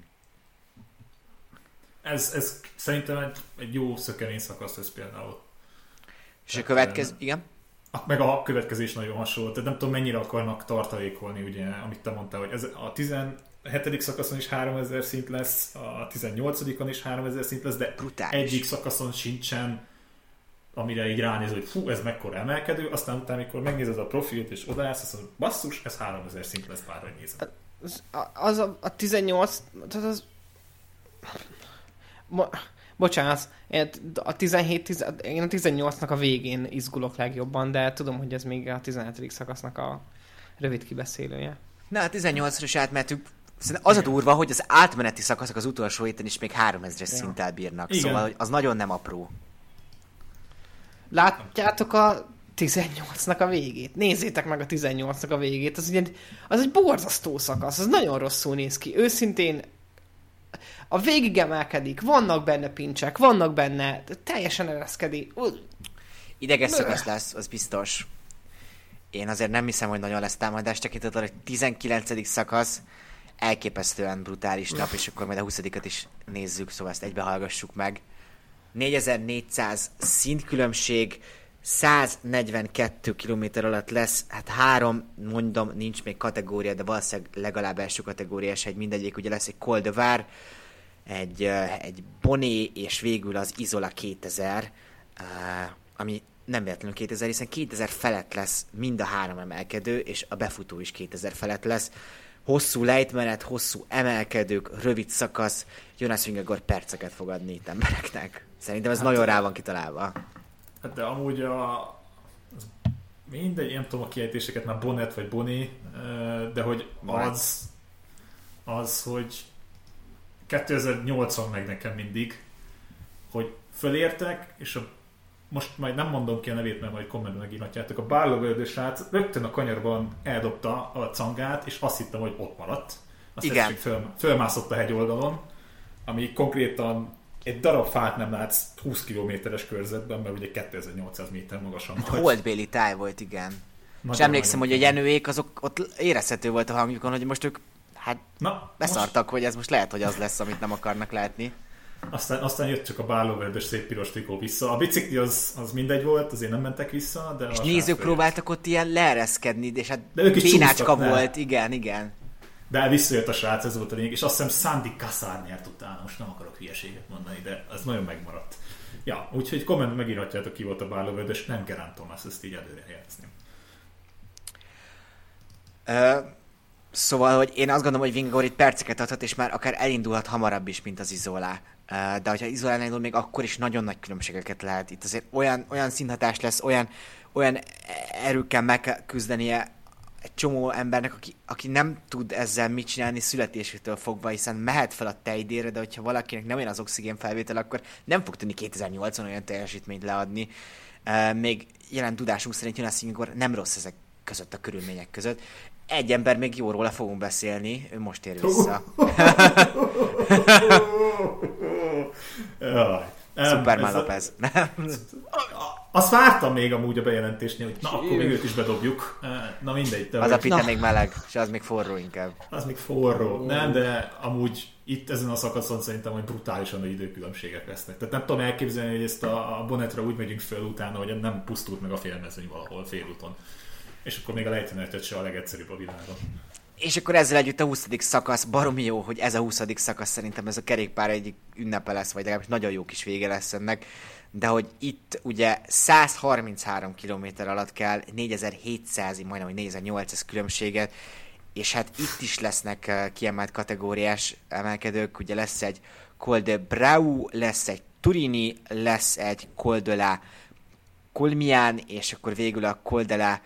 Ez, ez szerintem egy, egy jó szökevény szakasz ez például. És a következő, igen? Meg a következő is nagyon hasonló. Tehát nem tudom, mennyire akarnak tartalékolni, ugye, amit te mondtál, hogy ez a tizenhetedik szakaszon is háromezer szint lesz, a tizennyolcadikon is háromezer szint lesz, de brutális. Egyik szakaszon sincsen, amire így ránéz, hogy fú, ez mekkora emelkedő, aztán utána, amikor megnézed a profilt és odaállsz, azt mondod, basszus, ez háromezer szint lesz, bárhogy nézem. Az, az a, a tizennyolc, tehát az... Bo- bocsánat, én a tizenhét, tíz, én a tizennyolcnak a végén izgulok legjobban, de tudom, hogy ez még a tizenhetedik szakasznak a rövid kibeszélője. Na, a tizennyolcra is átmentünk. Szerintem az a durva, hogy az átmeneti szakaszok az utolsó héten is még háromezres ja. szinttel bírnak. Igen. Szóval az nagyon nem apró. Látjátok a tizennyolcnak a végét? Nézzétek meg a tizennyolcnak a végét. Az, ugye, az egy borzasztó szakasz, az nagyon rosszul néz ki. Őszintén a végig emelkedik, vannak benne pincsek, vannak benne, teljesen ereszkedik. Ideges szakasz lesz, az biztos. Én azért nem hiszem, hogy nagyon lesz támadás, tekintettel, hogy tizenkilencedik szakasz, elképesztően brutális nap, és akkor majd a huszadikat is nézzük, szóval ezt egybe hallgassuk meg. négyezer-négyszáz szintkülönbség, száznegyvenkettő kilométer alatt lesz, hát három, mondom, nincs még kategória, de valószínűleg legalább első kategóriás egy mindegyik, ugye lesz egy Col de Var, egy, egy Bonnet, és végül az Isola kétezer, ami nem véletlenül kétezer, hiszen kétezer felett lesz mind a három emelkedő, és a befutó is kétezer felett lesz. Hosszú lejtmenet, hosszú emelkedők, rövid szakasz, Jonas Vingegaard perceket fog adni itt embereknek. Szerintem ez hát nagyon rá van kitalálva. Hát de amúgy a... mindegy, nem tudom a kiejtéseket, már Bonnet vagy Bonnet, de hogy az, az, hogy kétezer-nyolcon meg nekem mindig, hogy fölértek, és a, most majd nem mondom ki a nevét, mert majd kommentben megírhatjátok, a Barloverde srác rögtön a kanyarban eldobta a cangát, és azt hittem, hogy ott maradt. Azt igen. Föl, fölmászott a hegyoldalon, ami konkrétan egy darab fát nem látsz húsz kilométeres körzetben, mert ugye kétezer-nyolcszáz méter magasan vagy. Holdbéli táj volt, igen. Nagyon, és emlékszem, hogy a jenőék azok ott érezhető volt a hangjukon, hogy most ők hát Na, beszartak, most... hogy ez most lehet, hogy az lesz, amit nem akarnak látni. Aztán, aztán jött csak a bálóverdős szép piros trikó vissza. A bicikli az, az mindegy volt, azért nem mentek vissza, de... És nézők próbáltak ott ilyen leereszkedni, és hát bénácska volt, igen, igen. De visszajött a srác, ez volt a lényeg, és azt hiszem Sandy Cassar nyert utána, most nem akarok hülyeséget mondani, de az nagyon megmaradt. Ja, úgyhogy komment megírhatjátok, ki volt a bálóverdős, nem Geraint Thomas, ezt így előre helyezni. Uh, szóval, hogy én azt gondolom, hogy Vingegaard itt perceket adhat, és már akár elindulhat hamarabb is, mint az Isola. Uh, de hogyha Isolánál indul, még akkor is nagyon nagy különbségeket lehet. Itt azért olyan, olyan színhatás lesz, olyan, olyan erőkkel meg kell küzdenie egy csomó embernek, aki, aki nem tud ezzel mit csinálni születésétől fogva, hiszen mehet fel a tejdére, de hogyha valakinek nem olyan az oxigén felvétel, akkor nem fog tudni kétezer-nyolcban olyan teljesítményt leadni. Uh, még jelen tudásunk szerint Jonas Vingegaard nem rossz ezek között, a körülmények között. Egy ember még jó róla fogunk beszélni, ő most ér vissza. Superman Lopez. Azt vártam még amúgy a bejelentésnél, hogy na, akkor még őt is bedobjuk. Na mindegy. Az a pite még meleg, és az még forró inkább. Az még forró. Nem, de amúgy itt ezen a szakaszon szerintem, hogy brutálisan nagy időkülönbségek lesznek. Tehát nem tudom elképzelni, hogy ezt a Bonnetra úgy megyünk föl utána, hogy nem pusztult meg a félmezőny valahol félúton. És akkor még a lejtmenetet se a legegyszerűbb a világon. És akkor ezzel együtt a huszadik szakasz, baromi jó, hogy ez a huszadik szakasz szerintem ez a kerékpár egyik ünnepe lesz, vagy legalábbis nagyon jó kis vége lesz ennek. De hogy itt ugye száz harminchárom kilométer alatt kell négyezer-hétszáz, majdnem, hogy négyezer-nyolcszáz különbséget, és hát itt is lesznek kiemelt kategóriás emelkedők, ugye lesz egy Col de Brau, lesz egy Turini, lesz egy Col de la Colmian, és akkor végül a Col de la...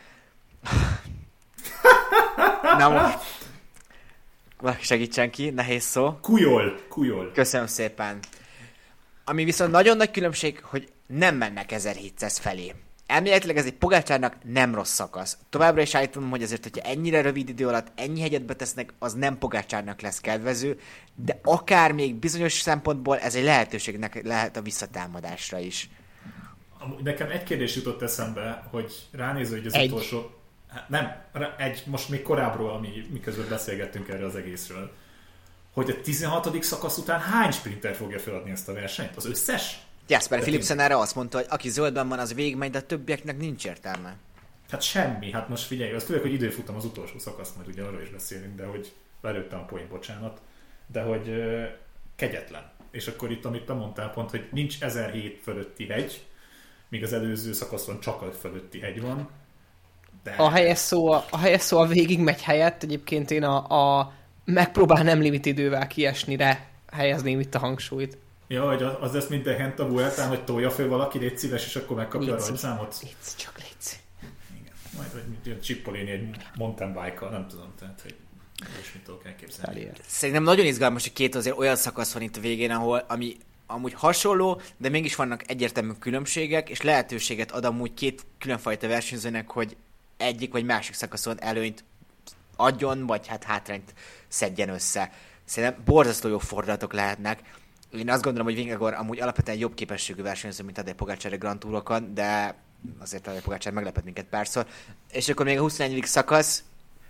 Na most... Valaki segítsen ki, nehéz szó. Kujol, kujol. Köszönöm szépen. Ami viszont nagyon nagy különbség, hogy nem mennek ezerhétszáz felé. Elméletileg ez egy Pogačarnak nem rossz szakasz. Továbbra is állítom, hogy azért, hogyha ennyire rövid idő alatt ennyi hegyet betesznek, az nem Pogačarnak lesz kedvező, de akár még bizonyos szempontból ez egy lehetőségnek lehet a visszatámadásra is. Nekem egy kérdés jutott eszembe, hogy ránéző, hogy az egy. utolsó... Nem, egy, most még korábbról, ami, miközben beszélgettünk erről az egészről, hogy a tizenhatodik szakasz után hány sprinter fogja feladni ezt a versenyt? Az összes? Jasper Philipsen erre azt mondta, hogy aki zöldben van, az végigmegy, de a többieknek nincs értelme. Hát semmi, hát most figyelj, azt tudjuk, hogy időfutam az utolsó szakasz, majd ugye arról is beszélünk, de hogy belőttem a poén, bocsánat, de hogy uh, kegyetlen. És akkor itt, amit te mondtál pont, hogy nincs ezerhét fölötti hegy, míg az előző szakaszon csak a fölötti hegy van. De... A helyes szó a, a, helyes szó a végig megy helyett, egyébként én a, a megpróbál nem limit idővel kiesnire helyezném itt a hangsúlyt. Ja, hogy az lesz minden hent a Vueltán, hogy tolja föl valaki, légy szíves, és akkor megkapja légy a rajtszámot. Légy, csak légy. Igen, majd hogy csippolni egy mountain bike-kal, nem tudom, tehát hogy és mit tudok elképzelni. Szerintem nagyon izgalmas, hogy két azért olyan szakasz van itt a végén, ahol ami amúgy hasonló, de mégis vannak egyértelmű különbségek, és lehetőséget ad amúgy két különfajta versenyzőnek, hogy egyik vagy másik szakaszon előnyt adjon, vagy hát hátrányt szedjen össze. Szerintem borzasztó jó fordulatok lehetnek. Én azt gondolom, hogy Vingegaard amúgy alapvetően jobb képességű versenyző, mint Tadej Pogačar a Grand Tourokon, de azért Tadej Pogačar meglepett minket párszor. És akkor még a huszonegyedik szakasz.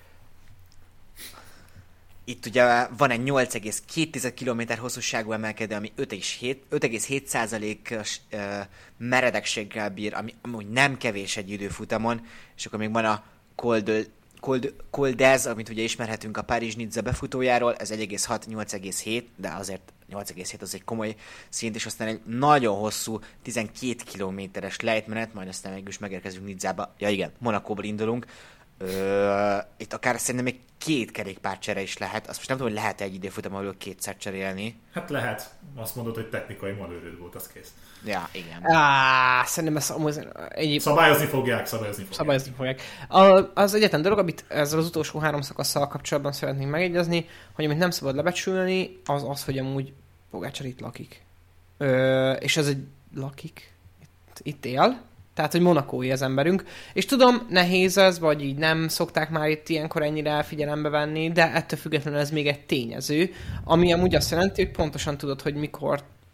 Itt ugye van egy nyolc egész két kilométer hosszúságú emelkedő, ami öt egész hét százalékos uh, meredekséggel bír, ami amúgy nem kevés egy időfutamon, és akkor még van a Col de, Col de, Col d'Ez, amit ugye ismerhetünk a Párizs-Nizza befutójáról, ez egy egész hat nyolc egész hét, de azért nyolc egész hét az egy komoly szint, és aztán egy nagyon hosszú tizenkét kilométeres lejtmenet, majd aztán mégis megérkezünk Nizzába. Ja igen, Monacóból indulunk. Ö, itt akár szerintem még két kerékpárcsere is lehet. Azt most nem tudom, hogy lehet egy időfutam, ahol kétszer cserélni. Hát lehet. Azt mondod, hogy technikai manőröd volt, az kész. Ja, igen. Á, szerintem ezt amúgy... Egy... Szabályozni fogják, szabályozni fogják. Szabályozni fogják. A, az egyetlen dolog, amit ezzel az utolsó három szakasszal kapcsolatban szeretnénk megegyezni, hogy amit nem szabad lebecsülni, az az, hogy amúgy Pogačar itt lakik. Ö, és ez egy lakik. Itt, itt él. Tehát, hogy monakói az emberünk. És tudom, nehéz ez, vagy így nem szokták már itt ilyenkor ennyire figyelembe venni, de ettől függetlenül ez még egy tényező, ami amúgy azt jelenti, hogy pontosan tudod, hogy mikor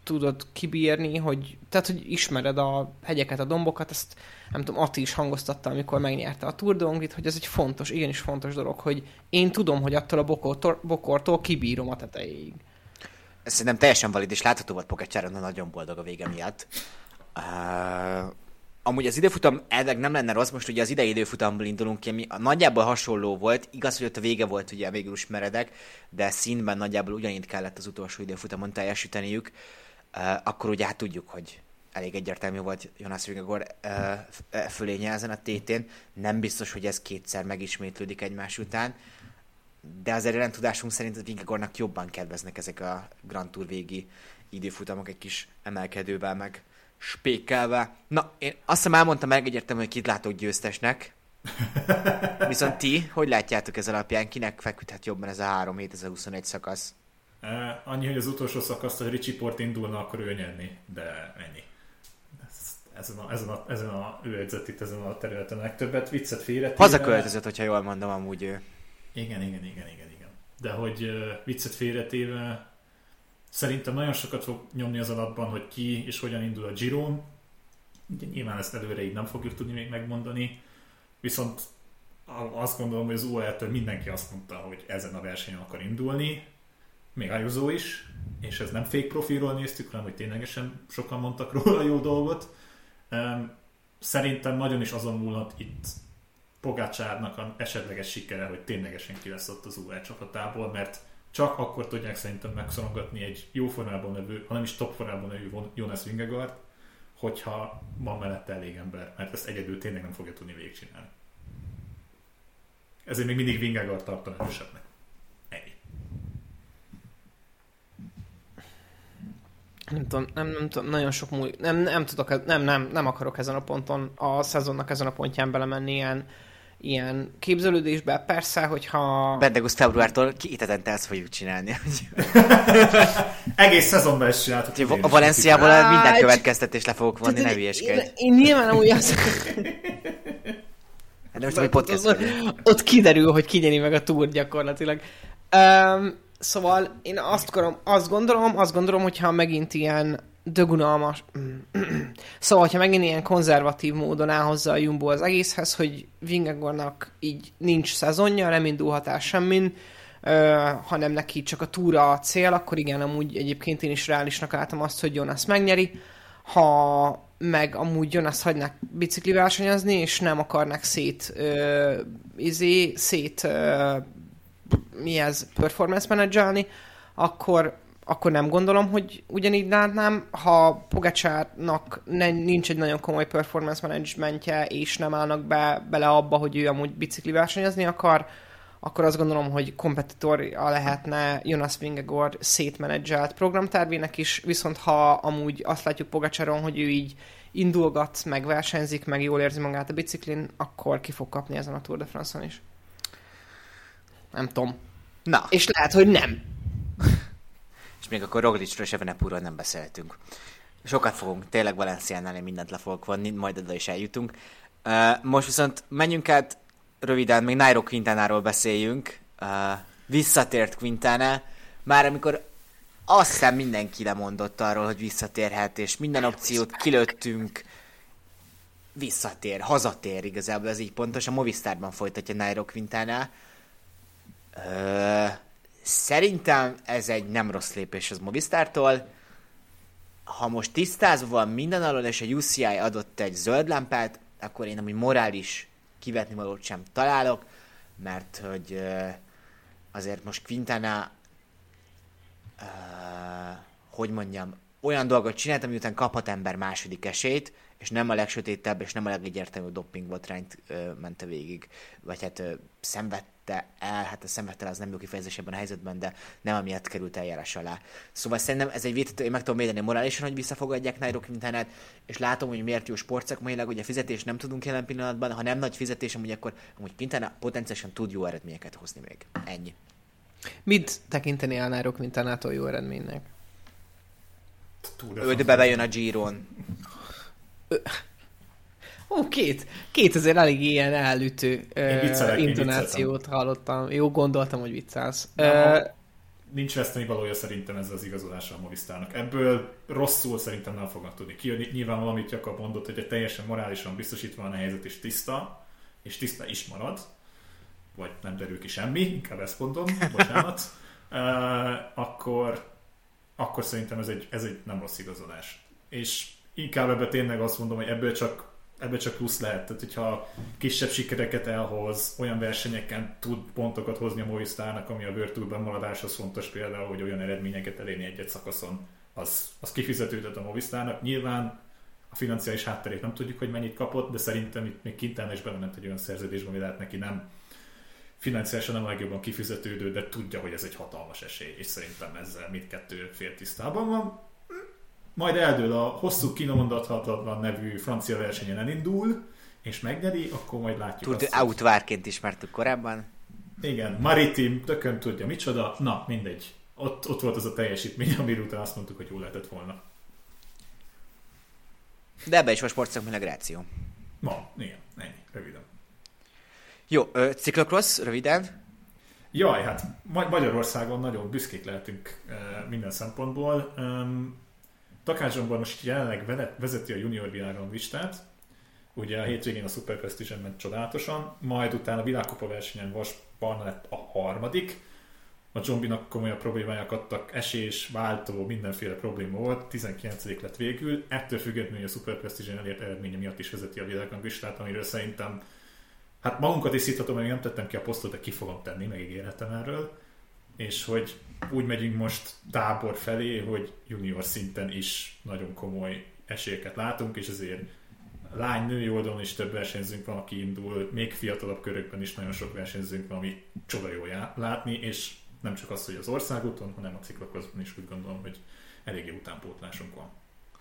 tudod kibírni, hogy, tehát, hogy ismered a hegyeket, a dombokat, ezt nem tudom, Atti is hangoztatta, amikor megnyerte a Tour de Hongrit, hogy ez egy fontos, igenis fontos dolog, hogy én tudom, hogy attól a bokortól, bokortól kibírom a tetejéig. Ez szerintem teljesen valid, és látható volt Pogačar, nagyon boldog a vége miatt. Uh, amúgy az időfutam elvileg nem lenne rossz, most ugye az idei időfutamból indulunk ki, ami nagyjából hasonló volt, igaz, hogy ott a vége volt ugye végül is meredek, de színben nagyjából ugyanígy kellett az utolsó időfutamon teljesíteniük, uh, akkor ugye hát tudjuk, hogy elég egyértelmű volt Jonas Vingegaard uh, fölénye ezen a tétén, nem biztos, hogy ez kétszer megismétlődik egymás után, de azért rendtudásunk szerint a Vingegaardnak jobban kedveznek ezek a Grand Tour végi időfutamok egy kis emelkedővel meg spékelve. Na, én azt hiszem elmondtam meg egyértelműen, hogy kit látok győztesnek. Viszont ti, hogy látjátok ez alapján, kinek feküdhet jobban ez a három hét, ez a huszonegy szakasz? Uh, annyi, hogy az utolsó szakaszt, hogy Richie Port indulna, akkor ő nyerni, de ennyi. Ezen a, ezen a, ezen a ő edzett itt ezen a területen legtöbbet, viccet félretéve. Hazaköltözött, hogyha jól mondom, amúgy ő. Igen, igen, igen, igen, igen. De hogy uh, viccet félretéve, szerintem nagyon sokat fog nyomni az alapban, hogy ki és hogyan indul a Giron. Ugye, nyilván ezt előre így nem fogjuk tudni még megmondani. Viszont azt gondolom, hogy az u á é-től mindenki azt mondta, hogy ezen a versenyen akar indulni. Még Ayuso is. És ez nem fake profilról néztük, hanem hogy ténylegesen sokan mondtak róla jó dolgot. Szerintem nagyon is azon múlhat itt Pogačarnak a esetleges sikere, hogy ténylegesen ki lesz ott az u á é csapatából, mert csak akkor tudják szerintem megszorongatni egy jó formában levő, ha nem is top formában levő Jonas Vingegaard, hogyha van mellette elég ember, mert ezt egyedül tényleg nem fogja tudni végigcsinálni. Ezért még mindig Vingegaard tartom erősebbnek. Ennyi. Nem tudom, nem, nem tudom, nagyon sok múlik. Nem, nem tudok, nem, nem, nem akarok ezen a ponton, a szezonnak ezen a pontján belemenni ilyen, ilyen képzelődésbe. Persze, hogyha... Bendegúz februártól kiítetente ezt fogjuk csinálni. Egész szezonban ezt csináltuk. A Valenciából minden következtetést le fogok vonni, ne hülyeskedj. Én, én nyilván úgy az... Hát nem tudom, hogy podcast ott, ott kiderül, hogy ki nyeri meg a túr gyakorlatilag. Um, szóval én azt, akarom, azt gondolom, azt gondolom, hogyha megint ilyen dögunalmas... szóval, hogyha megint ilyen konzervatív módon áll hozzá a Jumbo az egészhez, hogy Vingegaardnak így nincs szezonja, nem indulhat el semmin, uh, hanem neki csak a túra a cél, akkor igen, amúgy egyébként én is reálisnak látom azt, hogy Jonas megnyeri. Ha meg amúgy Jonas hagynák bicikli versenyezni, és nem akarnak szét uh, izé, szét uh, mi ez, performance menedzselni, akkor, akkor nem gondolom, hogy ugyanígy látnám. Ha Pogačarnak nincs egy nagyon komoly performance managementje, és nem állnak be, bele abba, hogy ő amúgy bicikli versenyezni akar, akkor azt gondolom, hogy kompetitorja lehetne Jonas Vingegaard szétmenedzselt programtervének is, viszont ha amúgy azt látjuk Pogačaron, hogy ő így indulgat, meg versenyzik, meg jól érzi magát a biciklin, akkor ki fog kapni ezen a Tour de France-on is. Nem tudom. Na. És lehet, hogy nem. És még akkor Roglicról és Evenepoelről nem beszéltünk. Sokat fogunk, tényleg Valenciánál én mindent le fogok vonni, majd oda is eljutunk. Uh, most viszont menjünk át röviden, még Nairo Quintanáról beszéljünk. Uh, visszatért Quintana, már amikor azt hiszem mindenki lemondott arról, hogy visszatérhet, és minden opciót kilőttünk. Visszatér, hazatér igazából, ez így pontos. A Movistarban folytatja Nairo Quintana. Uh, szerintem ez egy nem rossz lépés az Movistártól. Ha most tisztázva van minden alól, és a u cé i adott egy zöld lámpát, akkor én amúgy morális kivetnivalót sem találok, mert hogy uh, azért most Quintana uh, hogy mondjam, olyan dolgot csinált, ami után kaphat ember második esélyt, és nem a legsötétebb, és nem a legegyértelműbb dopingbotrányt uh, mente végig, vagy hát uh, szenvedte el, hát a szenvedte el az nem jó kifejezés ebben a helyzetben, de nem amiatt került eljárás alá. Szóval szerintem ez egy vétető, én meg tudom védeni morálisan, hogy visszafogadják Nairo Quintanát, és látom, hogy miért jó sportszakmailag, hogy a fizetés nem tudunk jelen pillanatban, ha nem nagy fizetés, amúgy akkor amúgy Quintana potenciálisan tud jó eredményeket hozni még. Ennyi. Mit tekinteni el Nairo Quintanától jó eredménynek? Ő be bejön a Giron. Ó, két, két azért elég ilyen elütő uh, intonációt hallottam. Jó, gondoltam, hogy viccelsz. Uh, nincs veszteni valója szerintem ezzel az igazolással a Movistarnak. Ebből rosszul szerintem nem fognak tudni kijönni. Nyilván valamit Jakab mondott, hogy egy teljesen morálisan biztosítva van a helyzet és tiszta, és tiszta is marad, vagy nem derül ki semmi, inkább ezt mondom, bocsánat, uh, akkor, akkor szerintem ez egy, ez egy nem rossz igazolás. És inkább ebben tényleg azt mondom, hogy ebből csak ebből csak plusz lehet. Tehát, hogyha kisebb sikereket elhoz, olyan versenyeken tud pontokat hozni a Movistarnak, ami a World Tourban maradáshoz fontos például, hogy olyan eredményeket elérni egy-egy szakaszon, az, az kifizetődött a Movistarnak. Nyilván a financiális hátterét nem tudjuk, hogy mennyit kapott, de szerintem itt még Quintana is belement egy olyan szerződésbe, ami lehet neki nem financiálisan nem a legjobban kifizetődő, de tudja, hogy ez egy hatalmas esély, és szerintem ezzel mindkettő fél tisztában van. Majd eldől a hosszú kimondathatatlan nevű francia versenyen elindul, és megnyeri, akkor majd látjuk Tour azt. de Autvárként ismertük korábban. Igen, Maritim, tökön tudja micsoda, na mindegy. Ott, ott volt az a teljesítmény, amire utána azt mondtuk, hogy jól lehetett volna. De ebbe is van sportszakmai gráció. Ma, igen, ennyi, röviden. Jó, ciklokrosz, röviden. Jaj, hát Magyarországon nagyon büszkék lehetünk minden szempontból. Takács Zsombor most jelenleg vezeti a junior világlistát, ugye a hétvégén a Super Prestige-en ment csodálatosan, majd utána a világkupa versenyen Vas Barna lett a harmadik. A Zsombinak komolyabb problémája akadtak, esés, váltó, mindenféle probléma volt, tizenkilencedik lett végül, ettől függetlenül a Super Prestige-en elért eredménye miatt is vezeti a világlistát, amiről szerintem, hát magunkat is szíthatom, mert nem tettem ki a posztot, de ki fogom tenni, megígérhetem erről, és hogy úgy megyünk most tábor felé, hogy junior szinten is nagyon komoly esélyeket látunk, és ezért lány-női oldalon is több versenyzőnk van, aki indul, még fiatalabb körökben is nagyon sok versenyzőnk van, ami csoda jó látni, és nem csak az, hogy az országúton, hanem a ciklokroszban is úgy gondolom, hogy eléggé utánpótlásunk van.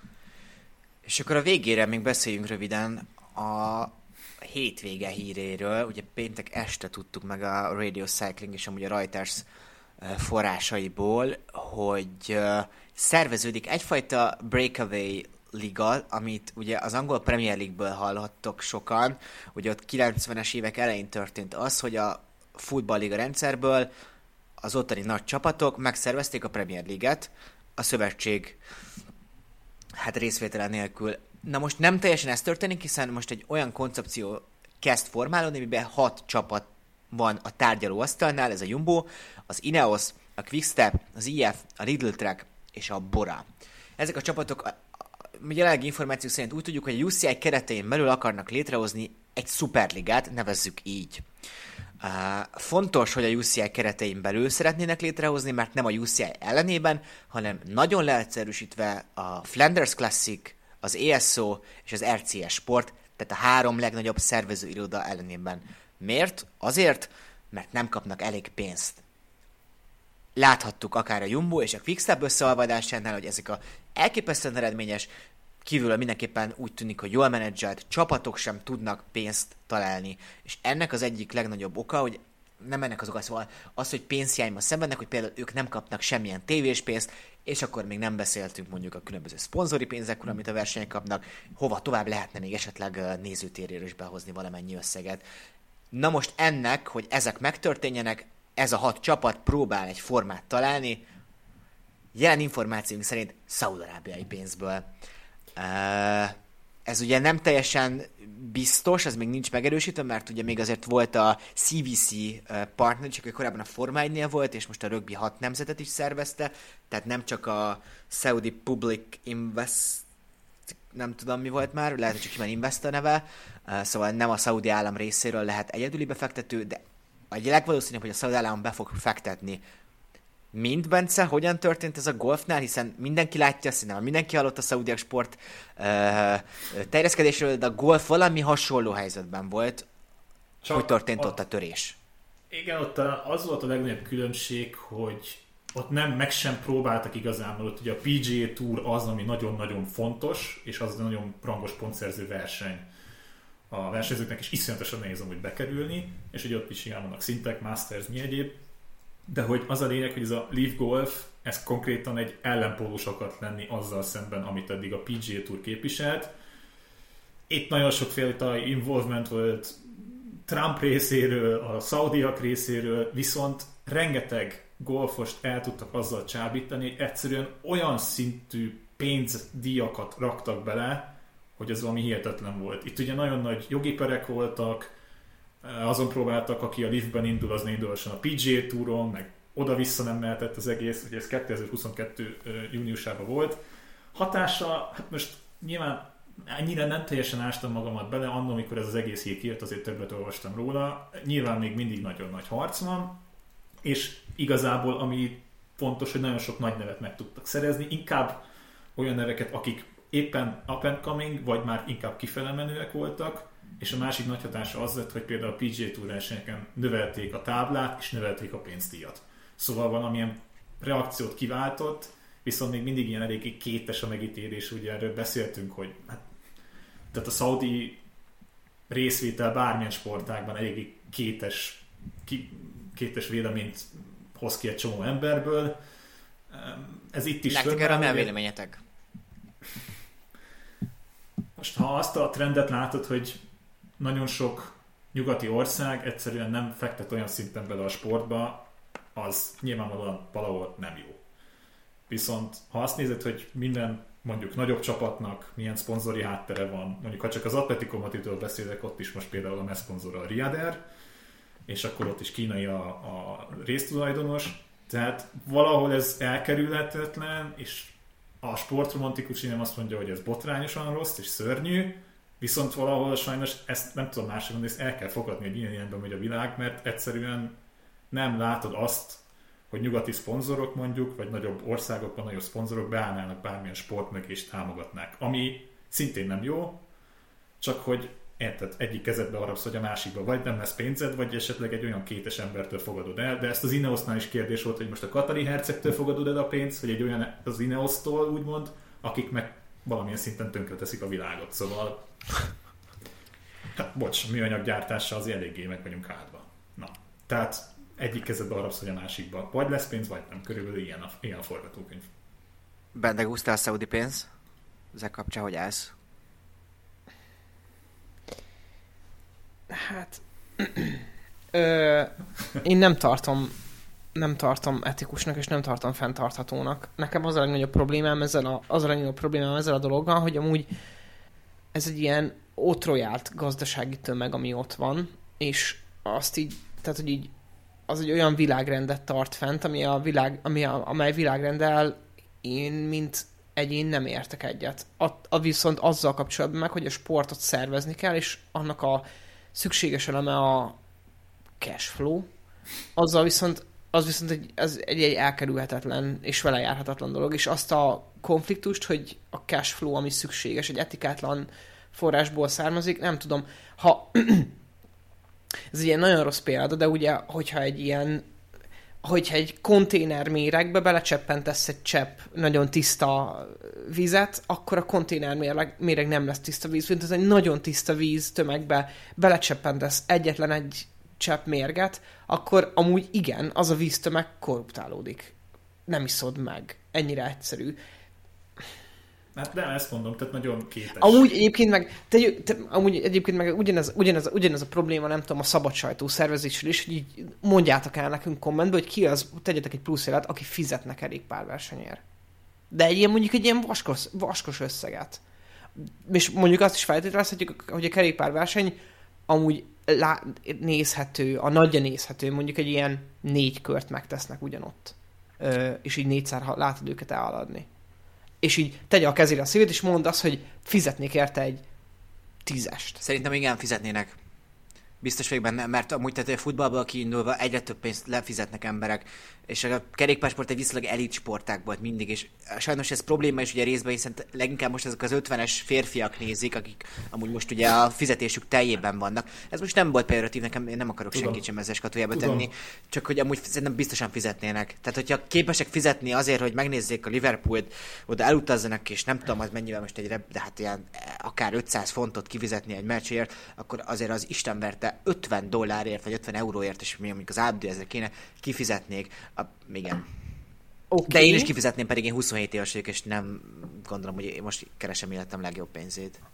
És akkor a végére még beszéljünk röviden a hétvége híréről. Ugye péntek este tudtuk meg a Radio Cycling és amúgy a Reuters forrásaiból, hogy szerveződik egyfajta breakaway liga, amit ugye az angol Premier League-ből hallhattok sokan. Ugye ott kilencvenes évek elején történt az, hogy a futballliga rendszerből az ottani nagy csapatok megszervezték a Premier League-et, a szövetség hát részvétele nélkül. Na most nem teljesen ez történik, hiszen most egy olyan koncepció kezd formálódni, amiben hat csapat van a tárgyalóasztalnál, ez a Jumbo, az Ineos, a Quickstep, az i ef, a Lidl Trek és a Bora. Ezek a csapatok, a jelenlegi információk szerint úgy tudjuk, hogy a u cé i keretein belül akarnak létrehozni egy szuperligát, nevezzük így. Uh, fontos, hogy a u cé i keretein belül szeretnének létrehozni, mert nem a u cé i ellenében, hanem nagyon leegyszerűsítve a Flanders Classic, az é es o és az er cé es Sport, tehát a három legnagyobb szervezőiroda ellenében. Miért? Azért, mert nem kapnak elég pénzt. Láthattuk akár a Jumbo és a Quickstep összeolvadásánál, hogy ezek a elképesztően eredményes, kívülről mindenképpen úgy tűnik, hogy jól menedzselt csapatok sem tudnak pénzt találni. És ennek az egyik legnagyobb oka, hogy nem ennek az oka, szóval az, hogy pénzhiányban szenvednek, hogy például ők nem kapnak semmilyen tévés pénzt, és akkor még nem beszéltünk mondjuk a különböző szponzori pénzekről, amit a versenyek kapnak, hova tovább lehetne még esetleg nézőtéréről is behozni valamennyi összeget. Na most ennek, hogy ezek megtörténjenek, ez a hat csapat próbál egy formát találni, jelen információink szerint szaúd-arábiai pénzből. Ez ugye nem teljesen biztos, ez még nincs megerősítve, mert ugye még azért volt a cé vé cé partner, csak korábban a Forma egynél volt, és most a rögbi hat nemzetet is szervezte, tehát nem csak a Saudi Public Invest, nem tudom mi volt már, lehet, hogy csak ilyen Invest a neve, szóval nem a szaudi állam részéről lehet egyedüli befektető, de a legvalószínűbb, hogy a szaudi állam be fog fektetni. Mind, Bence, hogyan történt ez a golfnál, hiszen mindenki látja, szerintem mindenki hallott a szaudiak sport uh, terjeszkedésről, de a golf valami hasonló helyzetben volt. Csak hogy történt a... ott a törés? Igen, ott az volt a legnagyobb különbség, hogy ott nem, meg sem próbáltak igazán, mert ott ugye a pé gé á Tour az, ami nagyon-nagyon fontos, és az nagyon rangos pontszerző verseny a versenyzőknek, és iszonyatosan nehéz amúgy bekerülni, és ugye ott is igen vannak szintek, Masters, mi egyéb. De hogy az a lényeg, hogy ez a Live Golf, ez konkrétan egy ellenpólus akart lenni azzal szemben, amit eddig a pé gé á Tour képviselt. Itt nagyon sokféle involvement volt Trump részéről, a szaudiak részéről, viszont rengeteg golfost el tudtak azzal csábítani, egyszerűen olyan szintű pénzdíjakat raktak bele, hogy ez valami hihetetlen volt. Itt ugye nagyon nagy jogi perek voltak, azon próbáltak, aki a liftben indul, az ne indulhasson a pé gé á Touron, meg oda-vissza nem mehetett az egész, ugye ez kétezer-huszonkettő júniusában volt. Hatása, hát most nyilván ennyire nem teljesen ástam magamat bele, annól, amikor ez az egész hír kijött, azért többet olvastam róla. Nyilván még mindig nagyon nagy harc van, és igazából ami fontos, hogy nagyon sok nagy nevet meg tudtak szerezni, inkább olyan neveket, akik éppen up and coming, vagy már inkább kifele menőek voltak, és a másik nagy hatása az lett, hogy például a pé gé á Tour versenyeken növelték a táblát, és növelték a pénzdíjat. Szóval valamilyen reakciót kiváltott, viszont még mindig ilyen eléggé kétes a megítélés, ugye erről beszéltünk, hogy hát, tehát a szaudi részvétel bármilyen sportágban eléggé kétes, ki, kétes véleményt hoz ki egy csomó emberből. Ez itt is nektek erre mi a véleményetek? Most ha azt a trendet látod, hogy nagyon sok nyugati ország egyszerűen nem fektet olyan szinten bele a sportba, az nyilvánvalóan valahol nem jó. Viszont ha azt nézed, hogy minden mondjuk nagyobb csapatnak milyen szponzori háttere van, mondjuk ha csak az Atletico Madridról beszélek, ott is most például a messzponzora a Riyadh Air, és akkor ott is kínai a, a résztulajdonos, tehát valahol ez elkerülhetetlen, és a sportromantikus nem azt mondja, hogy ez botrányosan rossz és szörnyű, viszont valahol sajnos ezt nem tudom másra mondani, ezt el kell fogadni, hogy ilyen ilyenben megy a világ, mert egyszerűen nem látod azt, hogy nyugati szponzorok mondjuk, vagy nagyobb országokban nagyobb szponzorok beállnának bármilyen sportnak és támogatnák. Ami szintén nem jó, csak hogy érted, egyik kezedbe harapsz, hogy a másikba vagy nem lesz pénzed, vagy esetleg egy olyan kétes embertől fogadod el, de ezt az Ineosnál is kérdés volt, hogy most a katari hercegtől fogadod el a pénzt, vagy egy olyan az Ineostól úgymond, akik meg valamilyen szinten tönkreteszik a világot, szóval hát bocs, műanyaggyártással azért eléggé meg vagyunk áldva. Na, tehát egyik kezedbe harapsz, hogy a másikba. Vagy lesz pénz, vagy nem. Körülbelül ilyen a, ilyen a forgatókönyv. Bende gusztál a szaudi pénz? Ezek kapcsán hogy állsz? Hát... Ö, én nem tartom nem tartom etikusnak, és nem tartom fenntarthatónak. Nekem az a legnagyobb problémám ezzel a, az a legnagyobb problémám ezzel a dologgal, hogy amúgy ez egy ilyen ótrojált gazdasági tömeg, ami ott van, és azt így, tehát hogy így az egy olyan világrendet tart fent, ami a világ, ami a, amely világrenddel én, mint egyén nem értek egyet. A, a viszont azzal kapcsolatban meg, hogy a sportot szervezni kell, és annak a szükséges eleme a cash flow, azzal viszont az viszont egy, az egy, egy elkerülhetetlen és vele járhatatlan dolog, és azt a konfliktust, hogy a cash flow, ami szükséges, egy etikátlan forrásból származik, nem tudom, ha ez egy ilyen nagyon rossz példa, de ugye, hogyha egy ilyen hogyha egy konténer méregbe belecseppentesz egy csepp nagyon tiszta vizet, akkor a konténer méreg, méreg nem lesz tiszta víz, mint ez egy nagyon tiszta víz tömegbe belecseppentesz egyetlen egy csepp mérget, akkor amúgy igen, az a víztömeg korruptálódik. Nem iszod meg. Ennyire egyszerű. Hát nem, ezt mondom, tehát nagyon kétes. Amúgy egyébként meg, te, te, amúgy egyébként meg ugyanez, ugyanez, ugyanez a probléma, nem tudom, a szabad sajtó szervezésről is, hogy így mondjátok el nekünk kommentbe, hogy ki az, tegyetek egy plusz élet, aki fizetne kerékpárversenyért. De egy ilyen, mondjuk egy ilyen vaskos, vaskos összeget. És mondjuk azt is feltételezhetjük, hogy a kerékpárverseny amúgy lá, nézhető, a nagyja nézhető, mondjuk egy ilyen négy kört megtesznek ugyanott. Ö, és így négyszer látod őket elhaladni. És így tegye a kezére a szívét, és mondd azt, hogy fizetnék érte egy tízest. Szerintem igen, fizetnének. Biztos vagyok benne, mert amúgy tehát a futballból kiindulva egyre több pénzt lefizetnek emberek, és a kerékpársport egy viszonylag elit sportág volt mindig, és sajnos ez probléma is ugye részben, hiszen leginkább most ezek az ötvenes férfiak nézik, akik amúgy most ugye a fizetésük teljében vannak. Ez most nem volt pejoratív, nekem én nem akarok senkit sem ezzel skatujába tenni, csak hogy amúgy szerintem biztosan fizetnének. Tehát hogyha képesek fizetni azért, hogy megnézzék a Liverpoolt, oda elutazzanak, és nem tudom, az mennyivel most egy rep, de hát ilyen akár ötszáz fontot kifizetni egy meccsért, akkor azért az Isten verte ötven dollárért, vagy ötven euróért, és mondjuk az átdő ezzel kéne, kifizetnék. A, igen. Okay. De én is kifizetném, pedig én huszonhét éves vagyok, és nem gondolom, hogy én most keresem életem legjobb pénzét.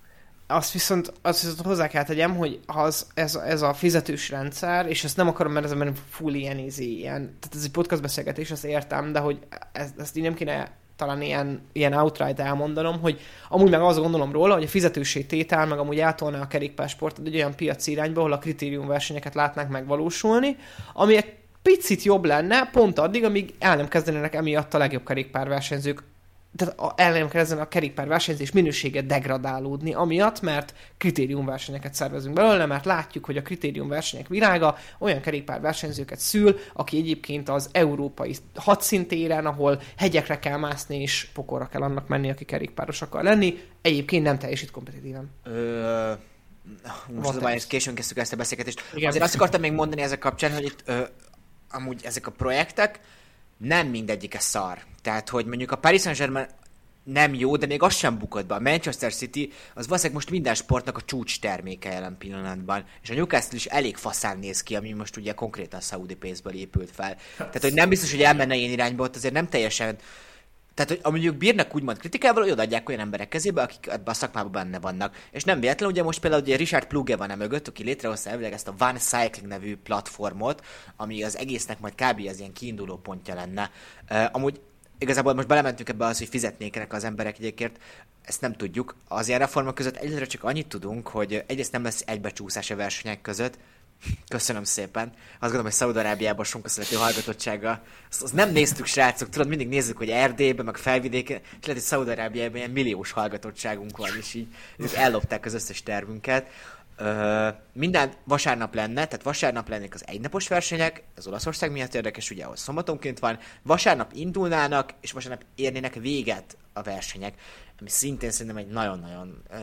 azt viszont, azt viszont hozzá kell tegyem, hogy az, ez, ez a fizetős rendszer, és ezt nem akarom, mert ez a full ilyen, ilyen, tehát ez egy podcast beszélgetés, azt értem, de hogy ez, ezt így nem kéne talán ilyen, ilyen outright elmondanom, hogy amúgy meg azt gondolom róla, hogy a fizetősé tétel, meg amúgy átolná a kerékpársportot egy olyan piaci irányba, ahol a kritériumversenyeket látnánk megvalósulni, ami egy picit jobb lenne, pont addig, amíg el nem kezdenének emiatt a legjobb kerékpárversenyzők, tehát el nem kezdene a kerékpárversenyzés minősége degradálódni, amiatt, mert kritériumversenyeket szervezünk belőle, mert látjuk, hogy a kritériumversenyek világa olyan kerékpárversenyzőket szül, aki egyébként az európai hadszintéren, ahol hegyekre kell mászni, és pokolra kell annak menni, aki kerékpáros akar lenni, egyébként nem teljesít kompetitíven. Ö... Most az későn kezdtük ezt a beszélgetést. Igen. Azért azt akartam még mondani ezek kapcsán, hogy itt ö, amúgy ezek a projektek nem mindegyike szar. Tehát, hogy mondjuk a Paris Saint-Germain nem jó, de még az sem bukott be. A Manchester City az valószínűleg most minden sportnak a csúcs terméke jelen pillanatban. És a Newcastle is elég faszán néz ki, ami most ugye konkrétan Saudi pénzből épült fel. Tehát, hogy nem biztos, hogy elmenne ilyen irányba, ott azért nem teljesen... Tehát, hogy mondjuk bírnak úgymond kritikával, hogy odaadják olyan emberek kezébe, akik ebben a szakmában benne vannak. És nem véletlen, ugye most például ugye Richard Plugge van e mögött, aki létrehozta elvileg ezt a One Cycling nevű platformot, ami az egésznek majd kb. Az ilyen kiinduló pontja lenne. Uh, amúgy igazából most belementünk ebbe az, hogy fizetnék az emberek egyébként, ezt nem tudjuk. Az ilyen reformok között egyelőre csak annyit tudunk, hogy egyrészt nem lesz egybecsúszás a versenyek között. Köszönöm szépen. Azt gondolom, hogy Szaúd-Arábiában sok köszönhető hallgatottsága. Azt, azt nem néztük, srácok. Tudod, mindig nézzük, hogy Erdélyben, meg felvidéken, és lehet, hogy Szaúd-Arábiában ilyen milliós hallgatottságunk van, és így ők ellopták az összes tervünket. Ö, minden vasárnap lenne, tehát vasárnap lennék az egynapos versenyek, az Olaszország miatt érdekes, ugye, ahol szombatonként van. Vasárnap indulnának, és vasárnap érnének véget a versenyek, ami szintén szerintem egy nagyon-nagyon ö,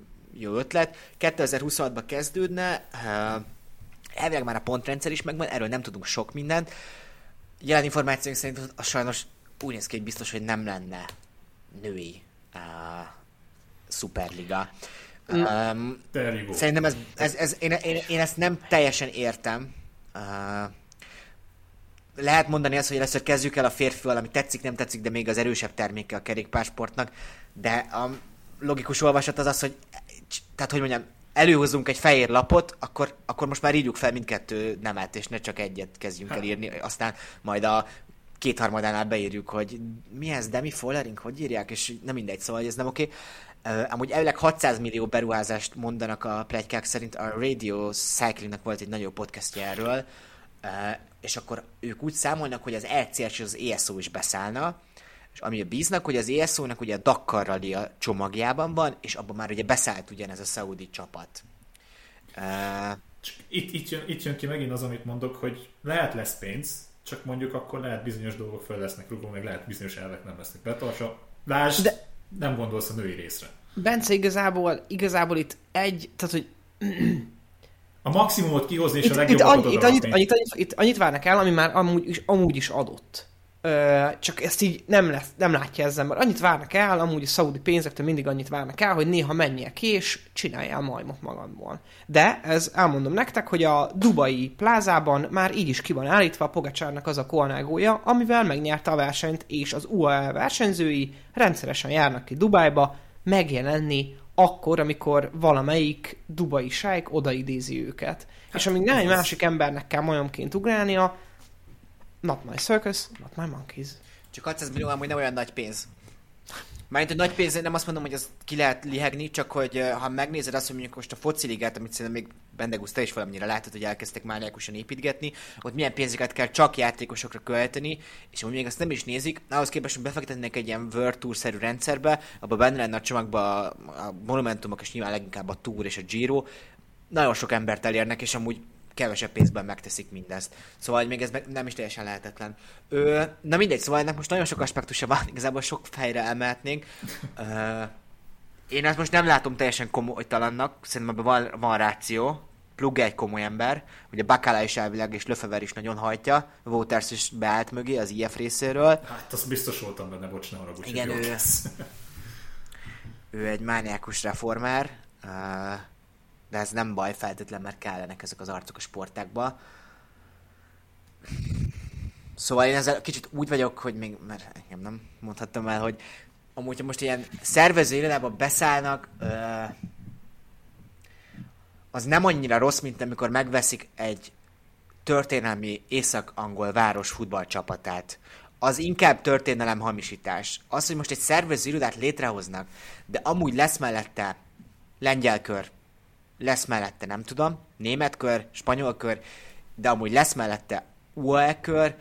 jó ötlet. kétezer-huszonhatban kezdődne, ö, elvileg már a pontrendszer is megvan, erről nem tudunk sok mindent. Jelen információink szerint az sajnos úgy néz ki, hogy biztos, hogy nem lenne női uh, szuperliga. Um, szerintem ez, ez, ez, én, én, én ezt nem teljesen értem. Uh, lehet mondani azt, hogy először kezdjük el a férfival, ami tetszik, nem tetszik, de még az erősebb terméke a kerékpársportnak. De a logikus olvasat az az, hogy tehát, hogy mondjam, előhozzunk egy fehér lapot, akkor, akkor most már írjuk fel mindkettő nemet, és ne csak egyet kezdjünk el írni, aztán majd a kétharmadánál beírjuk, hogy mi ez, Demi Follering, hogy írják, és nem mindegy, szóval ez nem oké. Uh, amúgy elvileg hatszáz millió beruházást mondanak a pletykák szerint, a Radio Cyclingnak volt egy nagyobb podcastja erről, uh, és akkor ők úgy számolnak, hogy az E C S és az E S O is beszállna, és ami bíznak, hogy az E S O-nak ugye a Dakar Rally a csomagjában van, és abban már ugye beszállt ugyanez a szaudi csapat. Uh... Itt, itt, jön, itt jön ki megint az, amit mondok, hogy lehet lesz pénz, csak mondjuk akkor lehet bizonyos dolgok föl lesznek rúgva, meg lehet bizonyos elvek nem lesznek betartva. Lásd, de... nem gondolsz a női részre. Bence, igazából, igazából itt egy, tehát hogy... A maximumot kihozni és itt, a legjobbat annyi, itt, annyit, annyit, annyit, itt annyit várnak el, ami már amúgy is, amúgy is adott. Ö, csak ezt így nem, lesz, nem látja ezzel, mert annyit várnak el, amúgy a szaudi pénzektől mindig annyit várnak el, hogy néha menjél ki, és csináljál majmot magadból. De ez elmondom nektek, hogy a dubai plázában már így is ki van állítva a Pogacsárnak az a koalnágója, amivel megnyerte a versenyt, és az u á e versenyzői rendszeresen járnak ki Dubájba megjelenni akkor, amikor valamelyik dubai sájk odaidézi őket. Hát, és amíg nem egy másik embernek kell majomként ugrálnia, not my circus, not my monkeys. Csak hatszáz millió amúgy nem olyan nagy pénz. Mármint, hogy nagy pénz, nem azt mondom, hogy azt ki lehet lihegni, csak hogy ha megnézed azt, hogy mondjuk most a fociligát, amit szerintem még Bendegusz, te is valamennyire látod, hogy elkezdtek mániákusan építgetni, ott milyen pénzeket kell csak játékosokra költeni, és amúgy még azt nem is nézik, ahhoz képest, hogy befektetnek egy ilyen World Tour-szerű rendszerbe, abban benne lenne a csomagban a monumentumok, és nyilván leginkább a Tour és a Giro, nagyon sok embert elérnek, és amúgy kevesebb pénzben megteszik mindezt. Szóval még ez nem is teljesen lehetetlen. Ö, na mindegy, szóval ennek most nagyon sok aspektusa van, igazából sok fejre emelhetnénk. Ö, én ezt most nem látom teljesen komolytalannak, szerintem ebben van, van ráció. Plugge egy komoly ember, ugye Bacala is elvileg, és Lefever is nagyon hajtja, Wouters is beállt mögé az i ef részéről. Hát azt biztos voltam benne, bocs, ne haragudj. Igen, ő, ő egy mániákus reformer, uh, de ez nem baj feltétlen, mert kellenek ezek az arcok a sportákba. Szóval én ezzel kicsit úgy vagyok, hogy még, mert engem nem mondhattam el, hogy amúgy, ha most ilyen szervező irodában beszállnak, uh, az nem annyira rossz, mint amikor megveszik egy történelmi észak-angol város futballcsapatát. Az inkább történelem hamisítás. Az, hogy most egy szervező irodát létrehoznak, de amúgy lesz mellette lengyel kör, lesz mellette, nem tudom, német kör, spanyol kör, de amúgy lesz mellette u á e kör,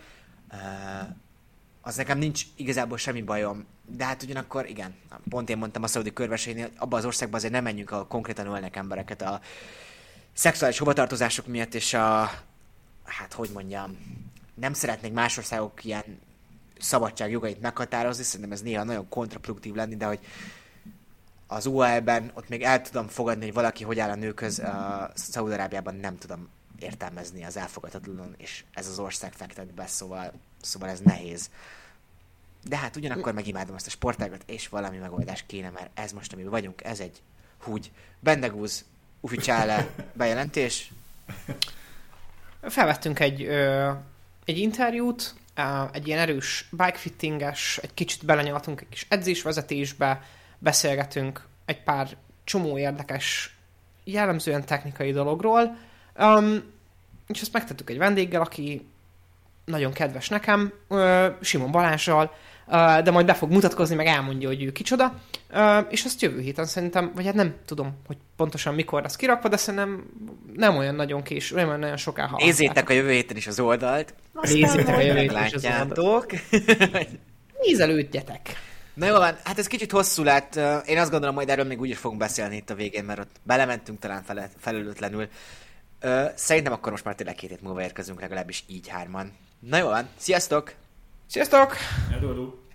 az nekem nincs igazából semmi bajom. De hát ugyanakkor, igen, pont én mondtam a szaudi körversenynél, abban az országban azért nem menjünk, ahol konkrétan ölnek embereket a szexuális hovatartozások miatt, és a, hát hogy mondjam, nem szeretnék más országok ilyen szabadságjogait meghatározni, szerintem ez néha nagyon kontraproduktív lenni, de hogy az u á e-ben ott még el tudom fogadni, hogy valaki hogy áll a nőkhöz, a Szaúd-Arábiában nem tudom értelmezni, az elfogadhatatlan, és ez az ország fektet be, szóval, szóval ez nehéz. De hát ugyanakkor megimádom ezt a sportágat, és valami megoldás kéne, mert ez most, amiben vagyunk, ez egy húgy. Bendegúz, ufficsále, bejelentés. Felvettünk egy, ö, egy interjút, ö, egy ilyen erős bikefittinges, egy kicsit belenyaltunk egy kis edzésvezetésbe, beszélgetünk egy pár csomó érdekes, jellemzően technikai dologról, um, és ezt megtettük egy vendéggel, aki nagyon kedves nekem, ö, Simon Balázsral, Uh, de majd be fog mutatkozni, meg elmondja, hogy ő kicsoda, uh, és azt jövő héten szerintem, vagy hát nem tudom, hogy pontosan mikor lesz kirakva, de szerintem nem olyan nagyon kés, nem olyan nagyon soká hallhatják. Nézzétek a jövő héten is az oldalt. Nézzétek a jövő héten is az oldalt. Nézelődjetek. Na jó van, hát ez kicsit hosszú lett. Én azt gondolom, majd erről még úgyis fogunk beszélni itt a végén, mert ott belementünk talán fel, felülőtlenül. Szerintem akkor most már tényleg két hét múlva érkezünk, legalábbis így hárman. Na jó van, sziasztok! Sziasztok! Hello.